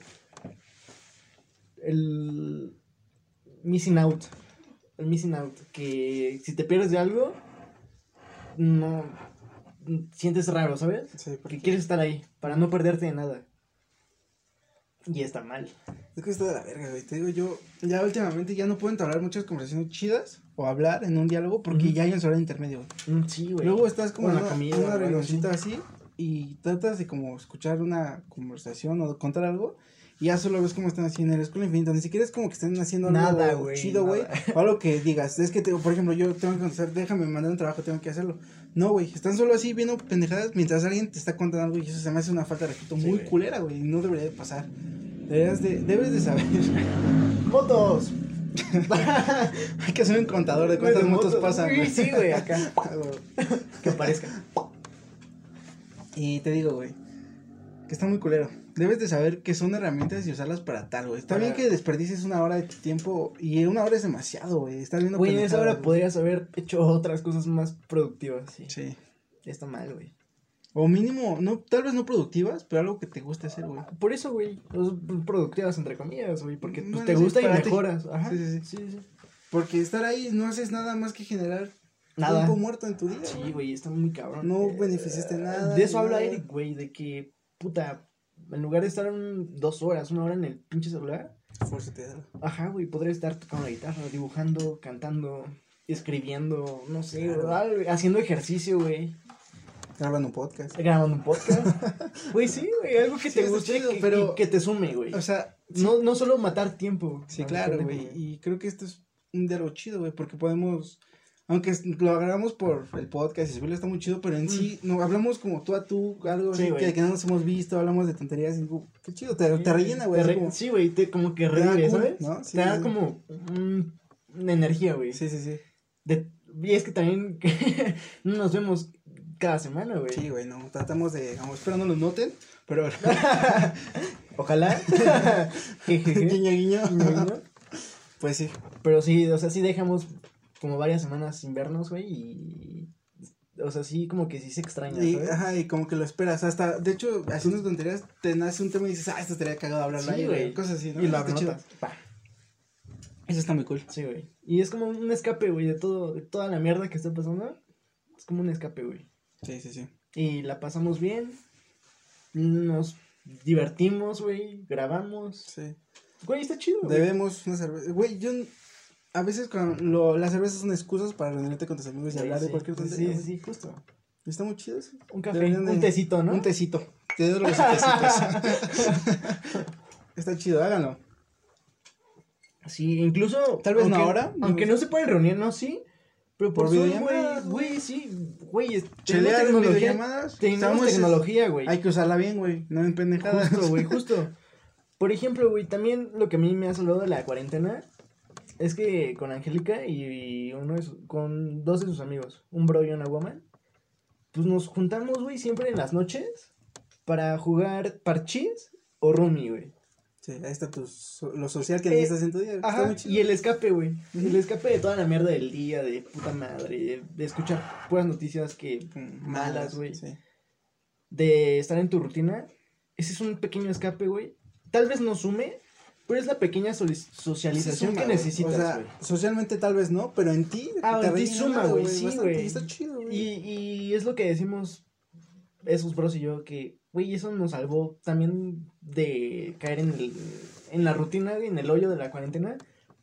El missing out. El missing out. Que si te pierdes de algo, no... Sientes raro, ¿sabes? Sí, porque Que quieres estar ahí para no perderte de nada. Y está mal. es que está de la verga, güey. Te digo, yo ya últimamente ya no puedo entablar muchas conversaciones chidas o hablar en un diálogo porque Ujú. ya hay un celular intermedio, güey. Mm, Sí, güey. Luego estás como O en en la una, comida, en una o algo reunioncita así y tratas de como escuchar una conversación o contar algo y ya solo ves cómo están así en el escuela infinito. Ni siquiera es como que estén haciendo algo Nada, güey, chido, güey. nada. O algo que digas, es que, te, por ejemplo, yo tengo que contestar, déjame mandar un trabajo, tengo que hacerlo. No, güey, están solo así viendo pendejadas mientras alguien te está contando algo y eso se me hace una falta de respeto Sí, muy güey. culera, güey. Y no debería de pasar. Deberías de, debes de saber. ¡Motos! Hay que hacer un contador de cuántas Güey, de motos pasan, Sí, güey. sí, güey, acá. Ah, güey. Que aparezca. Y te digo, güey, que está muy culero. Debes de saber que son herramientas y usarlas para tal, güey. Está Para- bien que desperdicies una hora de tu tiempo y una hora es demasiado, güey. Estás viendo Güey, en esa pendejadas, hora güey. podrías haber hecho otras cosas más productivas, sí. Sí. Está mal, güey. O mínimo, no, tal vez no productivas, pero algo que te guste hacer, güey. Por eso, güey, los productivas entre comillas, güey, porque pues, Bueno, te sí, gusta y para ti. mejoras. Ajá. Sí, sí, sí, sí. Porque estar ahí no haces nada más que generar Nada. tiempo muerto en tu día. Sí, güey, está muy cabrón. No Eh, beneficiaste nada, De eso ni habla nada. Eric, güey, de que, puta, en lugar de estar un, dos horas, una hora en el pinche celular, Fórcete de algo. ajá, güey, podría estar tocando la guitarra, dibujando, cantando, escribiendo, no sé, Claro. algo, haciendo ejercicio, güey. Grabando un podcast. Grabando un podcast. Güey, sí, güey, algo que Sí, te está guste, chido, que, pero- que te sume, güey. O sea, No, no solo matar tiempo. sí, a lo claro, pendejo, güey. Y creo que esto es un diálogo chido, güey, porque podemos, aunque es- lo hagamos por el podcast y subirlo está muy chido, pero en sí, no, hablamos como tú a tú, algo Sí, así güey. que, que no nos hemos visto, hablamos de tonterías y digo, qué chido, te, te rellena, güey, Te así re- como- Sí, güey, te, como que Te da revive, cool, ¿sabes? ¿no? Sí, te da sí, sí. como un- una energía, güey. sí, sí, sí, De- y es que también no nos vemos cada semana, güey. sí, güey, no, tratamos de, vamos, espero no lo noten, pero, Ojalá. Jejeje. guiño, guiño, Guiño. pues sí, Pero sí, o sea, sí dejamos como varias semanas sin vernos, güey, y... O sea, sí, como que sí se extraña, y, ¿sabes? ajá, y como que lo esperas, hasta, de hecho, haciendo tonterías, te nace un tema y dices, ah, esto estaría cagado hablarlo Sí, ahí, güey. güey, cosas así, ¿no? Y lo Está chido. anotas. Pa. Eso está muy cool. Sí, güey. Y es como un escape, güey, de todo, de toda la mierda que está pasando. Es como un escape, güey. Sí, sí, sí. Y la pasamos bien. Nos divertimos, güey. Grabamos. Sí. Güey, está chido, güey. Debemos una cerveza. Güey, yo n- a veces cuando lo, las cervezas son excusas para reunirte con tus amigos y Sí, hablar de sí. cualquier Sí, tontería. sí, güey. sí, justo. Está muy chido eso. Un café, Deberían de- un tecito, ¿no? Un tecito. Te doy los tecitos. Está chido, háganlo. Sí, incluso. Tal vez no aunque- ahora, no Aunque sé. no se pueden reunir, ¿no? Sí. Pero por, Por Zoom, videollamadas, güey. Güey, sí. Güey, es- tenemos Chelear en tecnología. videollamadas. Tenemos Sabemos es- tecnología, güey. Hay que usarla bien, güey. No en pendejadas. Justo, güey, justo. Por ejemplo, güey, también lo que a mí me ha salvado de la cuarentena es que con Angélica y uno de su- con dos de sus amigos, un bro y una woman, pues nos juntamos, güey, siempre en las noches para jugar parchís o Rumi, güey. Sí, ahí está tu, so- lo social que Eh, necesitas en tu día. Está Ajá, muy chido. y el escape, güey. Ujú. El escape de toda la mierda del día, de puta madre, de, de escuchar puras noticias que Mm, malas, güey. Sí. De estar en tu rutina. Ese es un pequeño escape, güey. Tal vez no sume, pero es la pequeña soli- socialización Sí suma, que güey. necesitas, O güey. sea, socialmente tal vez no, pero en ti. Ah, te en ti rellena suma, algo, güey, sí, bastante, güey. y está chido, güey. Y, y es lo que decimos esos bros y yo, que, güey, eso nos salvó también de caer en, el, en la rutina, güey, en el hoyo de la cuarentena.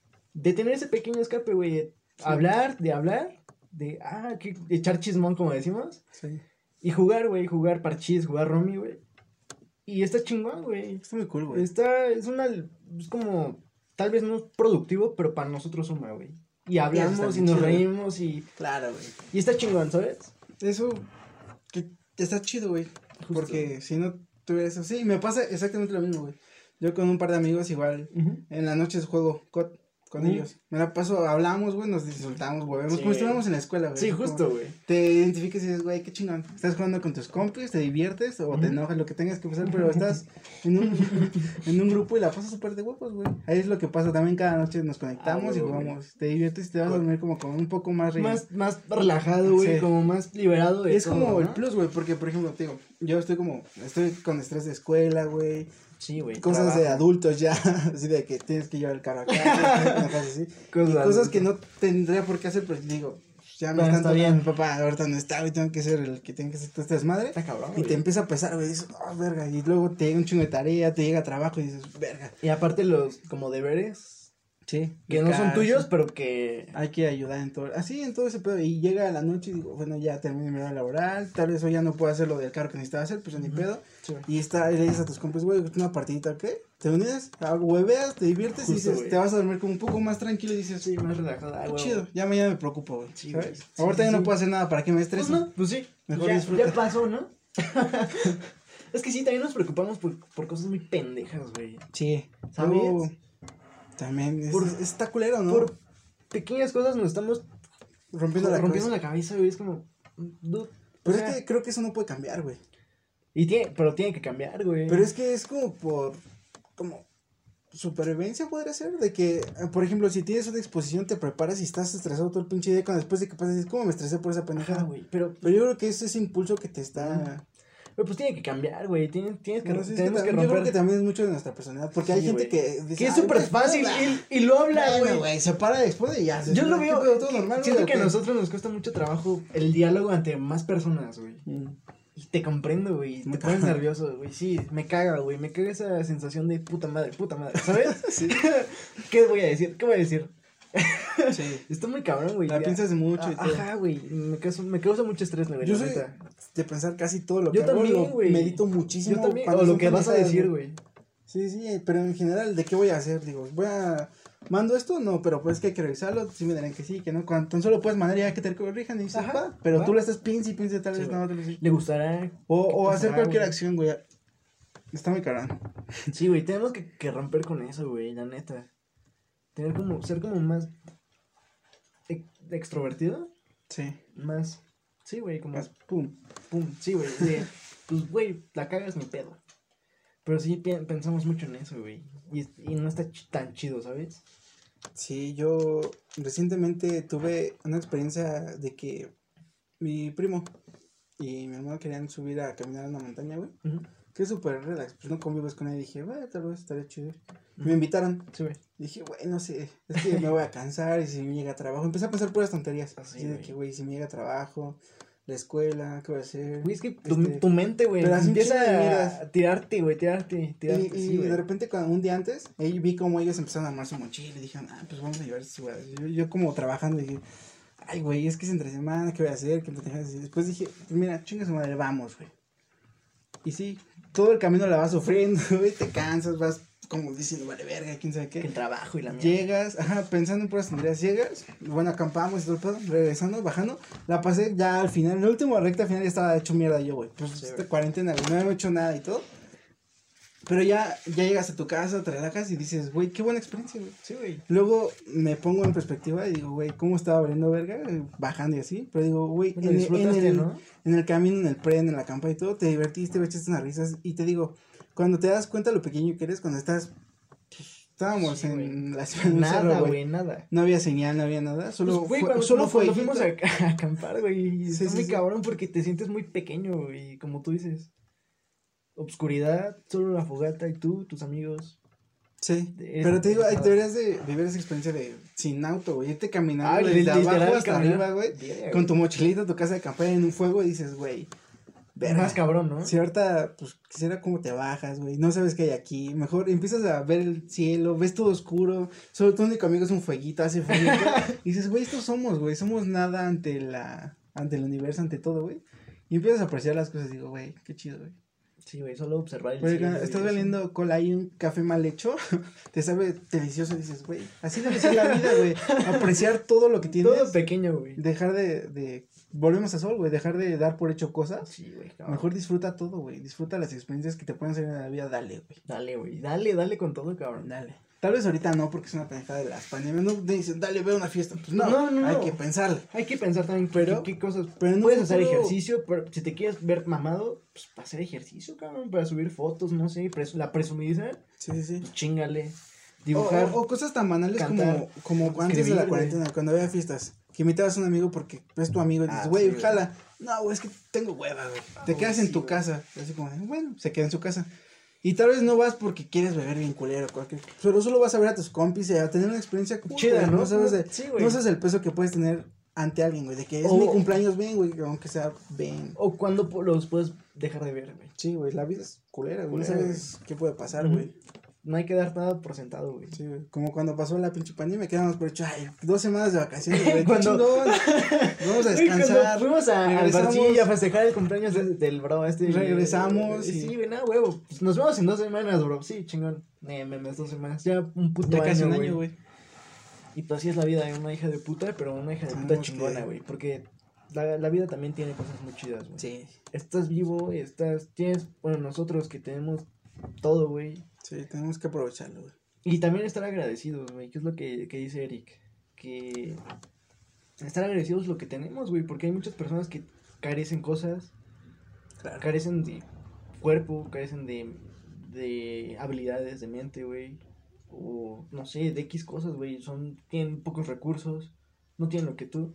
De tener ese pequeño escape, güey. De hablar, de hablar, de, ah, que, de echar chismón, como decimos. Sí. Y jugar, güey, jugar parchís, jugar romy, güey. Y está chingón, güey. Está muy cool, güey. Está, es una, es como, tal vez no productivo, pero para nosotros suma, güey. Y hablamos está y bien nos chido. reímos y, Claro, güey. y está chingón, ¿sabes? Eso que está chido, güey. Justo. Porque si no tuviera eso. Sí, me pasa exactamente lo mismo, güey. Yo con un par de amigos igual. En las noches juego C O D con Ujú. ellos. Me la paso, hablamos, güey, nos insultamos, güey. Sí. Como si estuviéramos en la escuela, güey. Sí, Es como- justo, güey. Te identificas y dices, güey, qué chingón. Estás jugando con tus compis, te diviertes o te Ujú. enojas, lo que tengas que pasar, pero estás en un, en un grupo y la pasas súper de huevos, güey. Ahí es lo que pasa. También cada noche nos conectamos Ah, y güey, jugamos. Te diviertes y te vas a dormir como con un poco más reír. Más, más relajado, güey, Sí. como más liberado de Es todo, como el ¿no? plus, güey, porque, por ejemplo, te digo, yo estoy como, estoy con estrés de escuela, güey, Sí, güey. cosas de trabajo. adultos ya, así de que tienes que llevar el carro acá, cosas así, Cosas y de cosas adultos. que no tendría por qué hacer, pero digo, ya me Bueno, están está tocando, bien. mi papá ahorita no está, y tengo que ser el que tiene que hacer todo este desmadre, Está cabrón, y güey. te empieza a pesar, güey, dices, oh, verga, y luego te llega un chingo de tarea, te llega trabajo, y dices, verga, Y aparte los, como deberes, sí, que no son casa, tuyos, pero que... hay que ayudar en todo, así en todo ese pedo, y llega la noche y digo, bueno, ya terminé mi hora laboral, tal vez hoy ya no puedo hacer lo del carro que necesitaba hacer, pues ya ni Ujú. pedo, Sí, güey. y está, y le dices a tus compas, güey, una partidita, ¿qué? Te unes, ah, hueveas, te diviertes y Justo, dices, güey. te vas a dormir como un poco más tranquilo y dices, Sí, más relajada. qué güey. chido, ya mañana me preocupo, güey, Sí, ¿sabes? güey. Sí, Ahorita ya sí, no sí. puedo hacer nada para que me Pues estrese. no, pues sí. Mejor ya, disfruta. ya pasó, ¿no? Es que sí, también nos preocupamos por, por cosas muy pendejas, güey. Sí, ¿Sabes? luego, también, es, Por- es- está culero, ¿no? Por pequeñas cosas nos estamos rompiendo la rompiendo cabeza. la cabeza, güey. Es como, dude, Pero o sea, es que creo que eso no puede cambiar, güey. y tiene, pero tiene que cambiar, güey. Pero es que es como por, como, supervivencia podría ser, de que, eh, por ejemplo, si tienes una exposición, te preparas y estás estresado todo el pinche día, cuando después de que pasas, dices, ¿cómo me estresé por esa pendejada? Ajá, güey. Pero, Pero yo creo que es ese impulso que te está... pero pues tiene que cambiar, güey. Tienes, tienes que, Bueno, sí, es que tenemos que también- yo creo romper. que también es mucho de nuestra personalidad, porque hay Sí, gente güey. que dice, Que es "Ay, súper güey, fácil bueno, y, y lo habla, bueno, güey. güey, se para, expone y ya. Yo lo ¿qué veo. pedo? Todo normal, Siento güey, que a ¿o qué? nosotros nos cuesta mucho trabajo el diálogo ante más personas, güey. Mm. Y te comprendo, güey. Te Me pones caga. nervioso, güey. Sí, me caga, güey. Me caga esa sensación de puta madre, puta madre. ¿Sabes? Sí, ¿Qué voy a decir? ¿Qué voy a decir? sí. Está muy cabrón, güey. La ya. piensas mucho y Ah, todo. Ajá, güey. Me causa, me causa mucho estrés, güey. Yo la soy neta. de pensar casi todo lo Yo que hago, también, lo güey. medito muchísimo. Yo también. cuando O lo son que vas a pendejadas, decir, güey. Sí, sí, pero en general, ¿de qué voy a hacer? Digo, voy a ¿mando esto? No, pero pues que hay que revisarlo, sí me dirán que sí, que no, cuando tan solo puedes mandar ya que te corrijan y dices, Ajá, va, pero va. tú le estás pinche y pinche tal Sí, vez güey. no, tal vez sí. Le gustará. O, ¿Qué o hacer pasará, cualquier güey? acción, güey. Está muy carón. Sí, güey, tenemos que, que romper con eso, güey, la neta. Tener como, ser como más ex- extrovertido, Sí. más, sí, güey, como, Más pum. pum, sí, güey, de, pues, güey, la cagas ni pedo. Pero sí pi- pensamos mucho en eso, güey, y, y no está ch- tan chido, ¿sabes? Sí, yo recientemente tuve una experiencia de que mi primo y mi hermano querían subir a caminar a una montaña, güey. Ujú. Que es súper relax, pues no convives con él y dije, bueno, tal vez estaría chido. Y Ujú. me invitaron. Sí, güey. Dije, güey, no sé, es que me voy a cansar y si me llega trabajo. Empecé a pensar puras tonterías. Así, Así de güey. que, güey, si me llega trabajo, la escuela, ¿qué voy a hacer? Güey, es que tu, Este, tu mente, güey, pero así un empieza chingo de a miedas. tirarte, güey, tirarte, tirarte, Y, y sí, güey. de repente, cuando, un día antes, ahí vi como ellos empezaron a armar su mochila y dijeron, ah, pues vamos a llevar esto, güey. Yo, yo como trabajando dije, ay, güey, es que es entre semana, ¿qué voy a hacer? ¿Qué pendejadas? Y después dije, pues mira, chinga su madre, vamos, güey. Y sí, todo el camino la vas sufriendo, güey, te cansas, vas como diciendo, vale, verga, quién sabe Que qué. el trabajo y la mierda. Llegas, ajá, pensando en puras tonterías, llegas, bueno, acampamos y todo el pedo, regresando, bajando, la pasé ya al final, en la última recta final ya estaba hecho mierda yo, güey, pues Sí, esta güey. cuarentena, güey, no había hecho nada y todo, pero ya, ya llegas a tu casa, te relajas y dices, güey, qué buena experiencia, güey. Sí, güey. Luego me pongo en perspectiva y digo, güey, ¿cómo estaba abriendo verga? Eh, Bajando y así, pero digo, güey, Bueno, en, en disfrutaste, el, ¿no? en el camino, en el pre, en la campa y todo, te divertiste, echaste unas risas y te digo, cuando te das cuenta lo pequeño que eres, cuando estás, pues, estábamos Sí, en la ciudad de un Nada, cerro, güey, nada. no había señal, no había nada, solo Pues, güey, fue, cuando, solo cuando fue fuimos a, a acampar, güey, y Sí, está sí, muy sí. cabrón porque te sientes muy pequeño, güey, como tú dices. Obscuridad, solo la fogata y tú, tus amigos. Sí, Es- pero te digo, es ay, nada. deberías de vivir esa experiencia de sin auto, güey, irte caminando Ah, desde literal, abajo hasta caminar. arriba, güey, Verga, con tu güey. mochilita, tu casa de campaña en un fuego y dices, güey, verga. Más cabrón, ¿no? Si ahorita, pues, quisiera cómo te bajas, güey, no sabes qué hay aquí, mejor empiezas a ver el cielo, ves todo oscuro, solo tu único amigo es un fueguito, hace fueguito, y dices, güey, estos somos, güey, somos nada ante la, ante el universo, ante todo, güey, y empiezas a apreciar las cosas, digo, güey, qué chido, güey. Sí, güey, solo observar el Porque cielo, cuando güey, estás eso. valiendo cola y un café mal hecho, te sabe delicioso y dices, güey, así debe ser la vida, güey, apreciar todo lo que tienes, Todo pequeño, güey. dejar de, de, volvemos a sol, güey, dejar de dar por hecho cosas. Sí, güey, cabrón. Mejor disfruta todo, güey. Disfruta las experiencias que te pueden hacer en la vida. Dale, güey. Dale, güey, dale, dale con todo, cabrón. Dale. Tal vez ahorita no, porque es una pendejada de las pandemias. No te dicen, dale, ve a una fiesta. Pues no, No, no, hay no. que pensarle. Hay que pensar también Pero- qué, qué cosas. pero en un puedes hacer futuro- ejercicio, pero si te quieres ver mamado, pues para hacer ejercicio, cabrón, para subir fotos, no sé, pres- la presumidiza, Sí, sí, sí. pues chingale. O, Dibujar. o- o cosas tan banales cantar, como, como antes de escribir, la güey. cuarentena, cuando había fiestas. Que invitabas a un amigo porque es tu amigo y dices, Ah, güey, sí, güey. jala. No, güey, es que tengo hueva, güey. Te Ah, quedas güey, en sí, tu güey. casa. Así como, de, bueno, se queda en su casa. Y tal vez no vas porque quieres beber bien culero, cualquier. Pero solo vas a ver a tus compis y a tener una experiencia cool, Chida, güey. ¿no? No sabes, de, Sí, güey. no sabes el peso que puedes tener ante alguien, güey. De que es O- mi cumpleaños, ven, güey, aunque sea, ven. O cuando po- los puedes dejar de ver, güey. Sí, güey, la vida es culera, güey. No Culera, sabes qué puede pasar, Ujú. güey. No hay que dar nada por sentado, güey. Sí, güey. Como cuando pasó la pinche pandemia, quedamos por hecho, ay, dos semanas de vacaciones, güey. Qué Cuando- chingón. Vamos a Güey, cuando descansar. fuimos a, al regresamos. barcillo a festejar el cumpleaños de- del bro este. Regresamos eh, y- Sí, güey, nada, huevo. Pues nos vemos en dos semanas, bro. Sí, chingón. Eh, memes, dos semanas. Ya un puto Ya casi año, un güey. año, güey. Y pues así es la vida de una hija de puta, pero una hija de puta Tenemos chingona, que- güey. Porque la, la vida también tiene cosas muy chidas, güey. Sí, Estás vivo, estás, tienes, bueno, nosotros que tenemos todo, güey. sí, tenemos que aprovecharlo, güey. Y también estar agradecidos, güey, que es lo que, que dice Eric. Que estar agradecidos es lo que tenemos, güey, porque hay muchas personas que carecen cosas, Claro. carecen de cuerpo, carecen de, de habilidades de mente, güey. O no sé, de X cosas, güey. Son, tienen pocos recursos, no tienen lo que tú.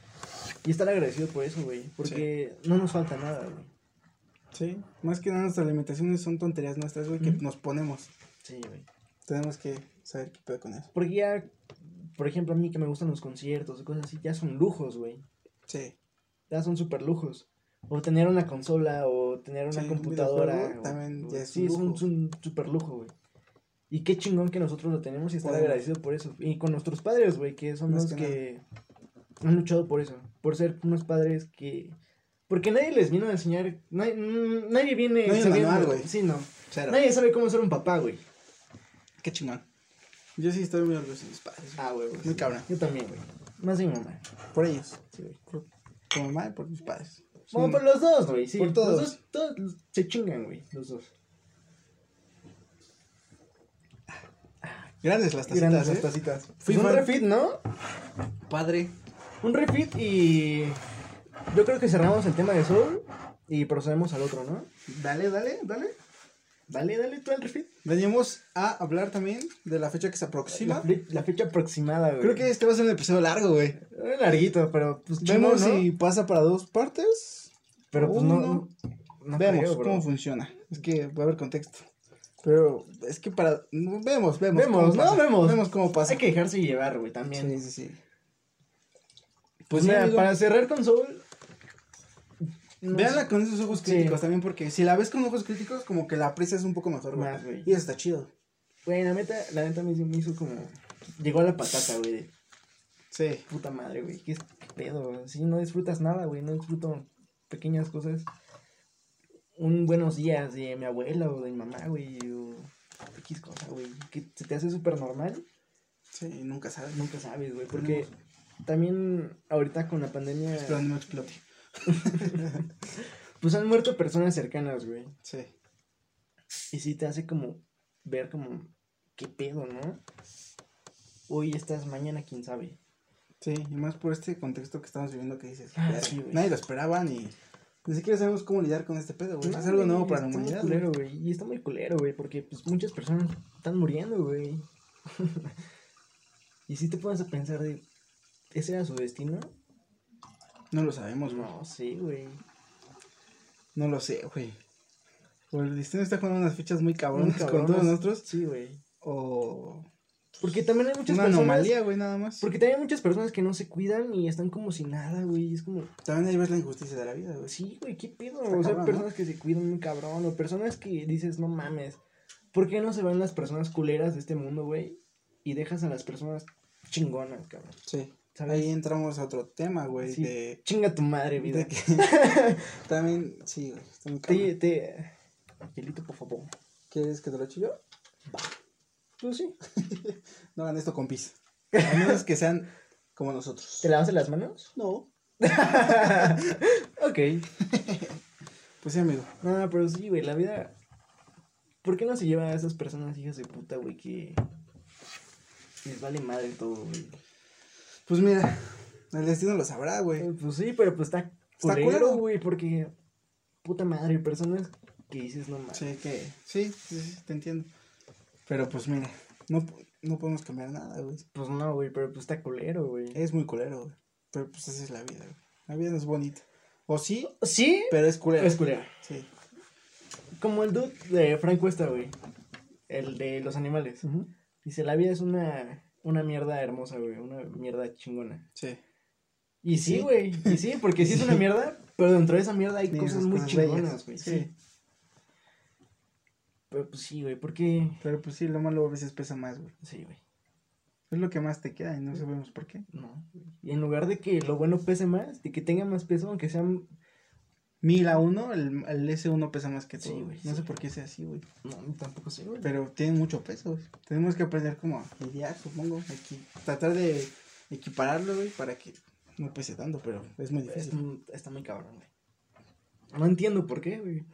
Y estar agradecido por eso, güey, porque no nos falta nada, güey. Sí, más que nada nuestras limitaciones son tonterías nuestras, güey, que Ujú. nos ponemos. Sí, güey. Tenemos que saber qué pedo con eso. Porque ya, por ejemplo, a mí que me gustan los conciertos o cosas así, ya son lujos, güey. Sí. Ya son super lujos. O tener una consola, o tener una Sí, un computadora. videojuego o- también o- ya es sí, un es un, lujo. es un super lujo, güey. Y qué chingón que nosotros lo tenemos y estar Podemos. agradecido por eso. Y con nuestros padres, güey, que son Más los que que han luchado por eso. Por ser unos padres que... Porque nadie les vino a enseñar... Nadie, mm, nadie viene No hay un sabiendo- manual, güey. Sí, no. Cero. Nadie sabe cómo ser un papá, güey. Qué chingón. Yo sí estoy muy orgulloso de mis padres. Ah, güey, güey. Muy sí. cabrón. Yo también, güey. Más de mi mamá. Por ellos. Sí, güey. Por tu mamá y por mis padres. Bueno, Son- por los dos, güey, sí. Por todos. Los dos, todos se chingan, güey, los dos. Grandes las tacitas, Grandes las ¿eh? tacitas. Fui Fui un fan. refit, ¿no? Padre. Un refit y yo creo que cerramos el tema de Soul y procedemos al otro, ¿no? Dale, dale, dale. Dale, dale tú al refit. Venimos a hablar también de la fecha que se La, aproxima. fle- la fecha aproximada, güey. Creo que este va a ser un episodio largo, güey. Eh, larguito, pero pues chingón, Vemos ¿no? si pasa para dos partes. Pero pues no, uno. no Vemos creo, bro. cómo funciona. Es que va a haber contexto. Pero es que para. Vemos, vemos. Vemos, cómo ¿no? pasa. Vemos. Vemos cómo pasa. Hay que dejarse llevar, güey, también. Sí, sí, sí. Pues sí, mira, amigo. para cerrar con Soul. no Véanla sé, con esos ojos Sí. críticos también, porque si la ves con ojos críticos, como que la aprecias un poco mejor, güey. Más, güey. Y eso está chido. Güey, la neta, la neta me hizo, me hizo como. Llegó a la patata, güey. De Sí. puta madre, güey. ¿Qué, es- qué pedo? Sí, no disfrutas nada, güey. No disfruto pequeñas cosas. Un buenos días de mi abuela o de mi mamá, güey. O X cosa, güey. Que se te hace súper normal. Sí, nunca sabes. Nunca sabes, güey. Porque también ahorita con la pandemia. Espero no me explote. Pues han muerto personas cercanas, güey. Sí. Y sí te hace como ver como. ¿Qué pedo, no? Hoy estás, mañana quién sabe. Sí, y más por este contexto que estamos viviendo que dices. Ah, ya, sí, güey. nadie lo esperaba ni. Ni siquiera sabemos cómo lidiar con este pedo, güey. No, es algo güey, nuevo para la está muy humanidad. culero, güey. Y está muy culero, güey, porque pues muchas personas están muriendo, güey. Y si te pones a pensar de, ¿ese era su destino? No lo sabemos, güey. No, sí, güey. No lo sé, güey. O el destino está jugando unas fichas muy cabronas Muy con cabronas. todos nosotros. Sí, güey. O. Porque también hay muchas Una personas. anomalía, güey, nada más. Porque también hay muchas personas que no se cuidan y están como si nada, güey. Y es como, También ahí ves la injusticia de la vida, güey. sí, güey, ¿qué pedo? Está O sea, cabrón, personas que se cuidan muy cabrón. O personas que dices, no mames. ¿Por qué no se van las personas culeras de este mundo, güey? Y dejas a las personas chingonas, cabrón. Sí. ¿Sabes? Ahí entramos a otro tema, güey. Sí. De, Chinga tu madre, vida. de que. También, sí, güey. Está muy Te, cabrón. te... Hielito, por favor. ¿Quieres que te lo eche yo? Pues sí. No hagan esto con pis. A menos que sean como nosotros. ¿Te lavas las manos? No. Ok. Pues sí, amigo. No, pero sí, güey, la vida... ¿Por qué no se lleva a esas personas hijas de puta, güey, que... les vale madre todo, güey? Pues mira, el destino lo sabrá, güey. Eh, Pues sí, pero pues está Está culero, culero. güey, porque... Puta madre, personas que dices, no mames. Sí, que. Sí, sí, sí, te entiendo. Pero pues mira, no, no podemos cambiar nada, güey. Pues no, güey, pero pues está culero, güey. Es muy culero, güey. Pero pues esa es la vida, güey. La vida no es bonita. O sí, ¿Sí? pero es culero. Es culero. Sí. Como el dude de Frank Cuesta, güey. El de los animales. Dice, la vida es una, una mierda hermosa, güey. Una mierda chingona. Sí. Y sí, Sí. güey. Y sí, porque sí es una mierda, pero dentro de esa mierda hay Tiene cosas sus muy cosas chingonas, bellas. güey. Sí. Sí. Pero pues sí, güey, porque... Pero pues sí, lo malo a veces pesa más, güey. Sí, güey. Es lo que más te queda y no sabemos por qué. No, güey. Y en lugar de que lo bueno pese más, de que tenga más peso, aunque sean... Mil a uno, el, el ese uno pesa más que Sí, todo. güey, No sí. sé por qué sea así, güey. No, tampoco sé, güey. Pero tienen mucho peso, güey. Tenemos que aprender como a lidiar, supongo. Aquí, tratar de equipararlo, güey, para que no pese tanto, pero es muy Está, difícil. está muy cabrón, güey. No entiendo por qué, güey.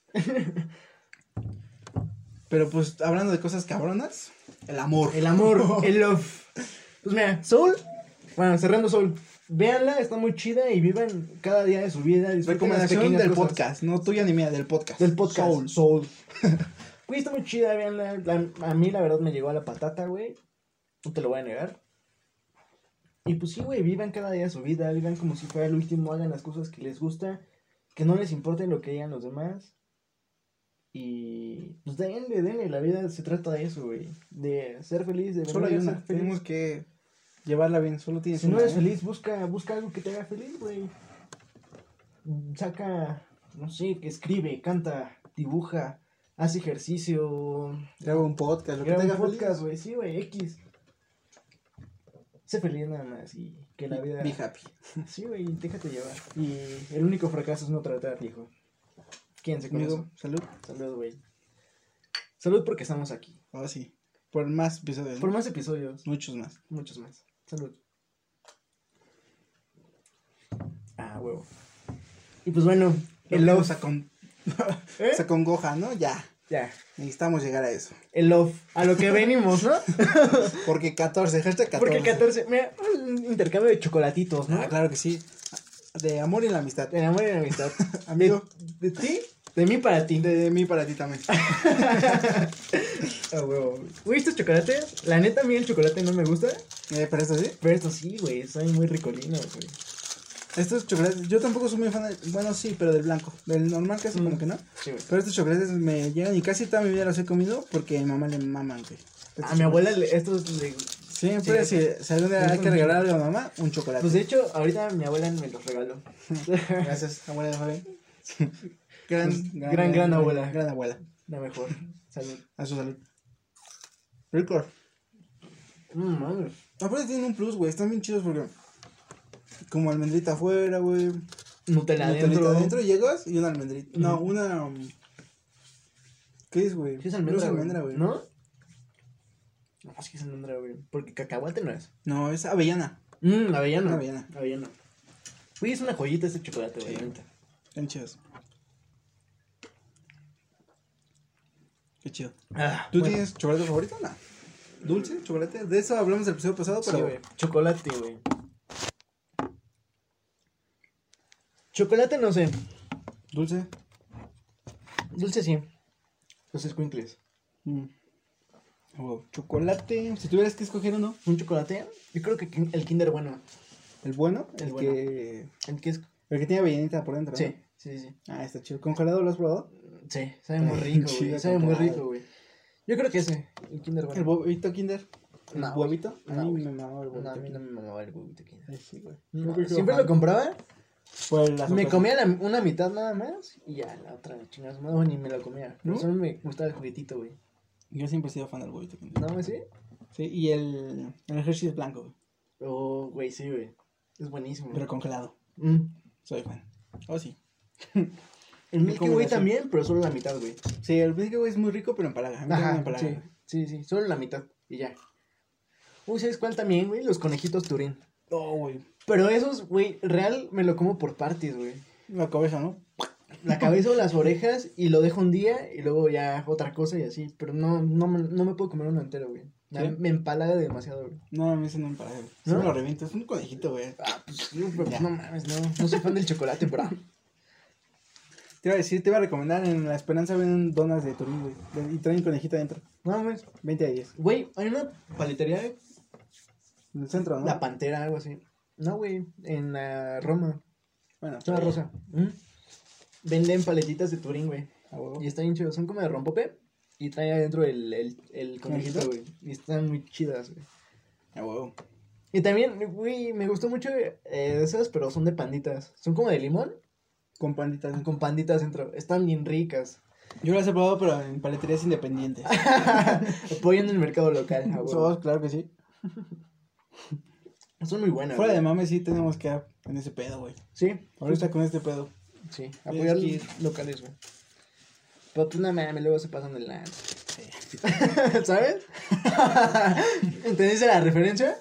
Pero pues, hablando de cosas cabronas, el amor. El amor, el love. Pues mira, Soul, bueno, cerrando Soul, véanla, está muy chida y vivan cada día de su vida. disfruten las Recomendación pequeñas del cosas. podcast, no tuya ni mía, del podcast. Del podcast. Soul. Soul. Güey, está muy chida, véanla. La- a mí, la verdad, me llegó a la patata, güey. No te lo voy a negar. Y pues sí, güey, vivan cada día su vida, vivan como si fuera el último, hagan las cosas que les gusta, que no les importe lo que digan los demás. Y pues denle, denle, la vida se trata de eso, güey. De ser feliz, de Solo hay verdad ser una, feliz. tenemos que llevarla bien, solo tienes Si no una, eres ¿eh? feliz, busca, busca algo que te haga feliz, güey. Saca, no sé, que escribe, canta, dibuja, hace ejercicio. Graba un podcast, lo que te Graba un haga podcast, feliz. güey, sí, güey, X. Sé feliz nada más y que la vida... Be happy. Sí, güey, déjate llevar. Y el único fracaso es no tratar, viejo. Quédense con Amigo, eso. salud. Salud, güey. Salud porque estamos aquí. Ahora sí. Por más episodios. Por ¿no? más episodios. Muchos más. Muchos más. Salud. Ah, huevo. Y pues bueno, el love. Se, con... ¿Eh? se congoja, ¿no? Ya. Ya. Necesitamos llegar a eso. El love. A lo que venimos, ¿no? Porque catorce, hashtag catorce. Porque catorce. Mira, un intercambio de chocolatitos, ¿no? Ah, claro que sí. De amor y la amistad. De amor y de amistad. Amigo. ¿De, de ti? De mí para ti. De, de mí para ti también. Ah, huevo. Güey, estos chocolates, la neta a mí el chocolate no me gusta. Eh, pero esto sí. Pero estos sí, güey, son muy ricolinos, güey. Estos chocolates, yo tampoco soy muy fan de, bueno, sí, pero del blanco. Del normal casi Mm. como que no. Sí, güey. Pero estos chocolates me llegan y casi toda mi vida los he comido porque a mi mamá le maman, güey. Estos A mi abuela le- estos le... Siempre, Sí. si, si algún día hay que regalar algo a mamá, un chocolate. Pues de hecho, ahorita mi abuela me los regaló. Gracias, abuela de joven. Gran, Pues, gran, gran abuela. Gran abuela. La mejor. Salud. A su salud. Rico. Mm, mames. Aparte tienen un plus, güey. Están bien chidos porque. Como almendrita afuera, güey. Nutella Nutelita adentro. adentro llegas y una almendrita. No, una. um, ¿Qué es, güey? Sí es No almendra, es güey. almendra, güey. ¿No? No, sí es almendra, güey. Porque cacahuate no es. No, es avellana. Mmm, avellana. Avellana. Avellana. Güey, es una joyita este chocolate, güey. Sí. la neta. Están chidos. Qué chido. Ah, ¿Tú bueno. tienes chocolate favorito? No. ¿Dulce? ¿Chocolate? De eso hablamos del episodio pasado, Sí, pero. güey. Chocolate, güey. Chocolate no sé. ¿Dulce? Dulce sí. Los squinkles. Mm. Oh, chocolate. Si tuvieras que escoger uno. ¿Un chocolate? Yo creo que el Kinder bueno. ¿El bueno? El El, bueno. que. El que es... El que tiene avellanita por dentro. ¿no? Sí, sí, sí. Ah, está chido. ¿Congelado lo has probado? Sí, sabe muy Ay, rico, chido, güey. Sabe muy congelado. rico, güey. Yo creo que ese, el Kinder bueno. ¿El huevito Kinder? ¿El No, güey. huevito? A No, mí güey. me mamaba el huevito. No, a mí no Kinder. me mamaba el huevito Kinder. Ay, sí, güey. No, Yo siempre fan. lo compraba, Por la me sorpresa. comía la, una mitad nada más y ya, la otra chingas más, ni me la comía. Pero ¿No? solo me gustaba el juguetito, güey. Yo siempre he sido fan del huevito Kinder. ¿No, güey, sí? Sí, y el, el Hershey's blanco, güey. Oh, güey, sí, güey. Es buenísimo. Pero congelado. Mm. Soy fan. Oh, sí. El Milky Way combinación. también, pero solo la mitad, güey. Sí, el Milky Way es muy rico, pero empalaga. A mí también me Ajá, empalaga. sí, sí, sí, solo la mitad y ya. Uy, ¿sabes cuál también, güey? Los conejitos Turín. Oh, güey. Pero esos, güey, real me lo como por partes, güey. La cabeza, ¿no? La cabeza o las orejas y lo dejo un día y luego ya otra cosa y así. Pero no, no, me- no me puedo comer uno entero, güey. Me, ¿Sí? me empalaga demasiado, güey. No, a mí eso no me empalaga, güey. Sí ¿No? me lo reviento. Es un conejito, güey. Ah, pues sí, pero Ya. no mames, no. No soy fan del chocolate, bro. Te iba a decir, te iba a recomendar, en La Esperanza venden donas de Turín, güey. de- Y traen conejito adentro. No mames. veinte a diez. Güey, hay una paletería, En el centro, ¿no? La Pantera, algo así. No, güey, en la Roma. Bueno, Zona rosa. ¿Mm? Venden paletitas de Turín, güey. a huevo. Y está bien chido. Son como de rompope. Y trae adentro el, el, el conejito, ¿Conejito? güey. Y están muy chidas, güey. A huevo. Y también, güey, me gustó mucho eh, esas, pero son de panditas. Son como de limón, Con panditas. con panditas dentro. Están bien ricas. Yo las he probado, pero en paleterías independientes. Apoyando el mercado local. ah, güey. Sos, claro que sí. Son muy buenas. Fuera de güey. mames, sí tenemos que ir en ese pedo, güey. Sí, Ahorita con este pedo. sí. Apoyar que ir. locales, güey. Pero pues no mames, luego se pasan de la... Sí. ¿Sabes? ¿Entendiste la referencia?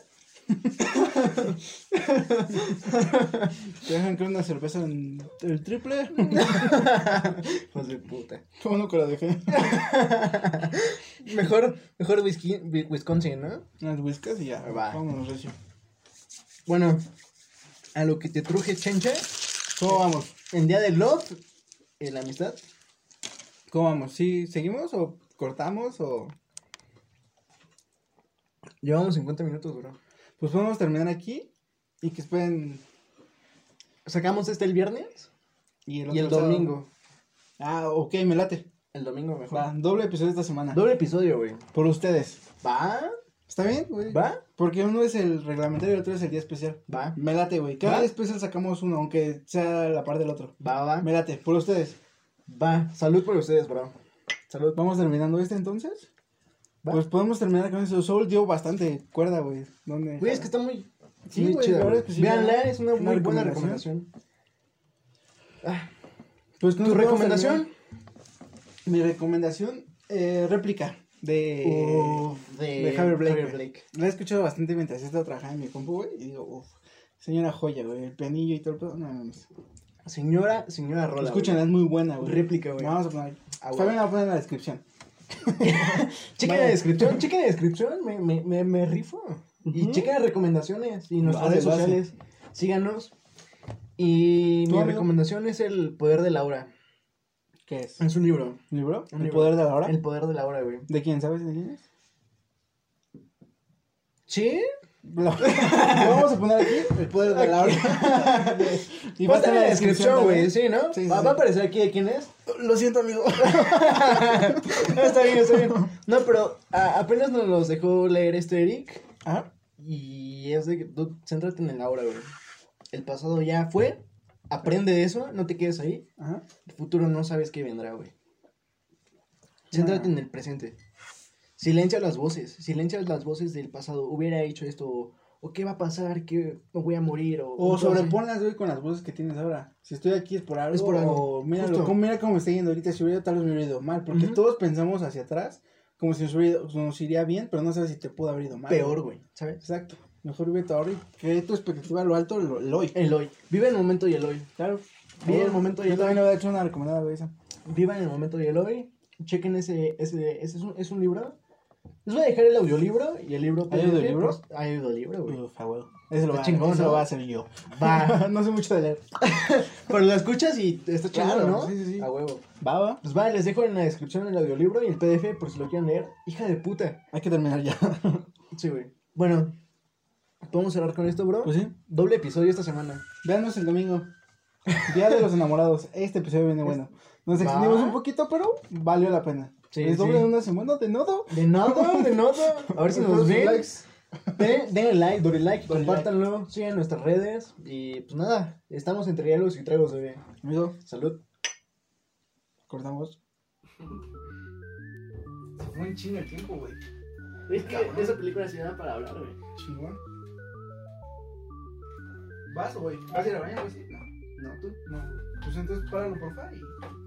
¿Te dejan creer una cerveza en el triple? Pues de puta. ¿Cómo no que la dejé? Mejor, mejor whisky, Wi- Wisconsin, ¿no? Unas whiskas y ya. Va. Vámonos, recio. Bueno, a lo que te truje, chencha, ¿Cómo vamos? en día de love y la amistad. ¿Cómo vamos? ¿Sí seguimos o cortamos o...? Llevamos cincuenta minutos, bro. Pues podemos terminar aquí y que esperen... Sacamos este el viernes Y y el otro sábado. domingo. Ah, ok, me late. El domingo mejor. Va, doble episodio esta semana. Doble episodio, güey. Por ustedes. ¿Va? ¿Está bien, güey? ¿Va? Porque uno es el reglamentario y el otro es el día especial. Va. Me late, güey. Cada ¿Va? día especial sacamos uno, aunque sea la par del otro. Va, va. Me late, por ustedes. Va. Salud por ustedes, bro. Salud. ¿Vamos terminando este entonces? Va. Pues podemos terminar con eso. Soul dio bastante cuerda, güey. ¿Dónde? Güey, es que está muy, Sí, muy güey, chida, la verdad güey. es que sí, Véanla, una- es una una muy buena recomendación. recomendación. Ah, Pues, ¿con ¿Tu qué podemos recomendación? terminar? Mi recomendación, eh, réplica. De, Uf, de, de Javier Blake. Javier güey. Blake. La he escuchado bastante mientras he estado trabajando en mi compu, güey. Y digo, uff, señora joya, güey. El pianillo y todo el pedo. No, no, no. Señora, señora Rola. Escúchenla, es muy buena, güey. güey. Réplica, güey. Vamos a poner. Ah, También la voy a poner en la descripción. Chequen Vaya. la descripción, chequen la descripción, me, me, me, me rifo. Y Ujú. chequen las recomendaciones y nuestras Lo redes hace, lo sociales. Síganos. Y ¿Tú, mi amigo? recomendación es El Poder de la Hora. ¿Qué es? Es un libro. ¿Un libro? Un ¿El libro. poder de la hora? El Poder de la Hora, güey. ¿De quién? ¿Sabes de quién es? ¿Sí? Lo, lo vamos a poner aquí, el poder de la hora. Y va a estar en la descripción, güey. también. Sí, ¿no? Sí, sí, va, sí. va a aparecer aquí de quién es. Lo siento, amigo. No, está bien, está bien. No, pero a- apenas nos los dejó leer este Eric. Ajá. Y es de que tú céntrate en el ahora, güey. El pasado ya fue. Aprende de eso, no te quedes ahí. Ajá. El futuro no sabes qué vendrá, güey. Céntrate Ah. en el presente. Silencia las voces. Silencia las voces del pasado. Hubiera hecho esto. O, o qué va a pasar. ¿Qué me voy a morir? O, O cosas así. sobreponlas, güey, con las voces que tienes ahora. Si estoy aquí es por algo. Es por algo. O mira, Justo. lo, cómo, mira cómo me está yendo ahorita. Si hubiera ido, tal vez me hubiera ido mal. Porque Ujú. todos pensamos hacia atrás como si nos, hubiera ido- nos iría bien, pero no sabes si te pudo haber ido mal. Peor, güey. ¿Sabes? Exacto. Mejor vive tu ahora y cree tu expectativa a lo alto, lo, el hoy. El hoy. Vive el momento y el hoy. Claro. Vive el momento y Yo el también hoy. le voy a echar una recomendada, güey, esa. Viva en el momento y el hoy. Chequen ese, ese, ese es un, es un libro. Les voy a dejar el audiolibro y el libro. ¿Hay audiolibro? pues, hay audiolibro, güey. Uf, a huevo. Ese lo, Está va, chingón, ese ¿no? lo voy a hacer yo. Va. No sé mucho de leer. Pero lo escuchas y está chingón, Claro, ¿no? sí, sí, sí. A huevo. Va, va. Pues va, les dejo en la descripción el audiolibro y el P D F por si lo quieren leer. Hija de puta. Hay que terminar ya. Sí, güey. Bueno, ¿podemos cerrar con esto, bro? Pues sí. Doble episodio esta semana. Véanos el domingo. Día de los enamorados. Este episodio viene bueno. Nos extendimos Va. un poquito, pero valió la pena. Sí, es doble sí. de una semana de nodo. De nada, de nada. A ver si nos Sus ven. likes. Den, denle like, denle like, Denle compártanlo, sigan nuestras redes. Y pues nada, estamos entre hielos y tragos, bebé. Amigo, Salud. cortamos. Se fue un chingo el tiempo, güey. Es que esa película se da para hablar, güey. Chingón. ¿Vas o voy? ¿Vas a ir a bañar o así? No. No, tú. No. Pues entonces páralo, porfa. Y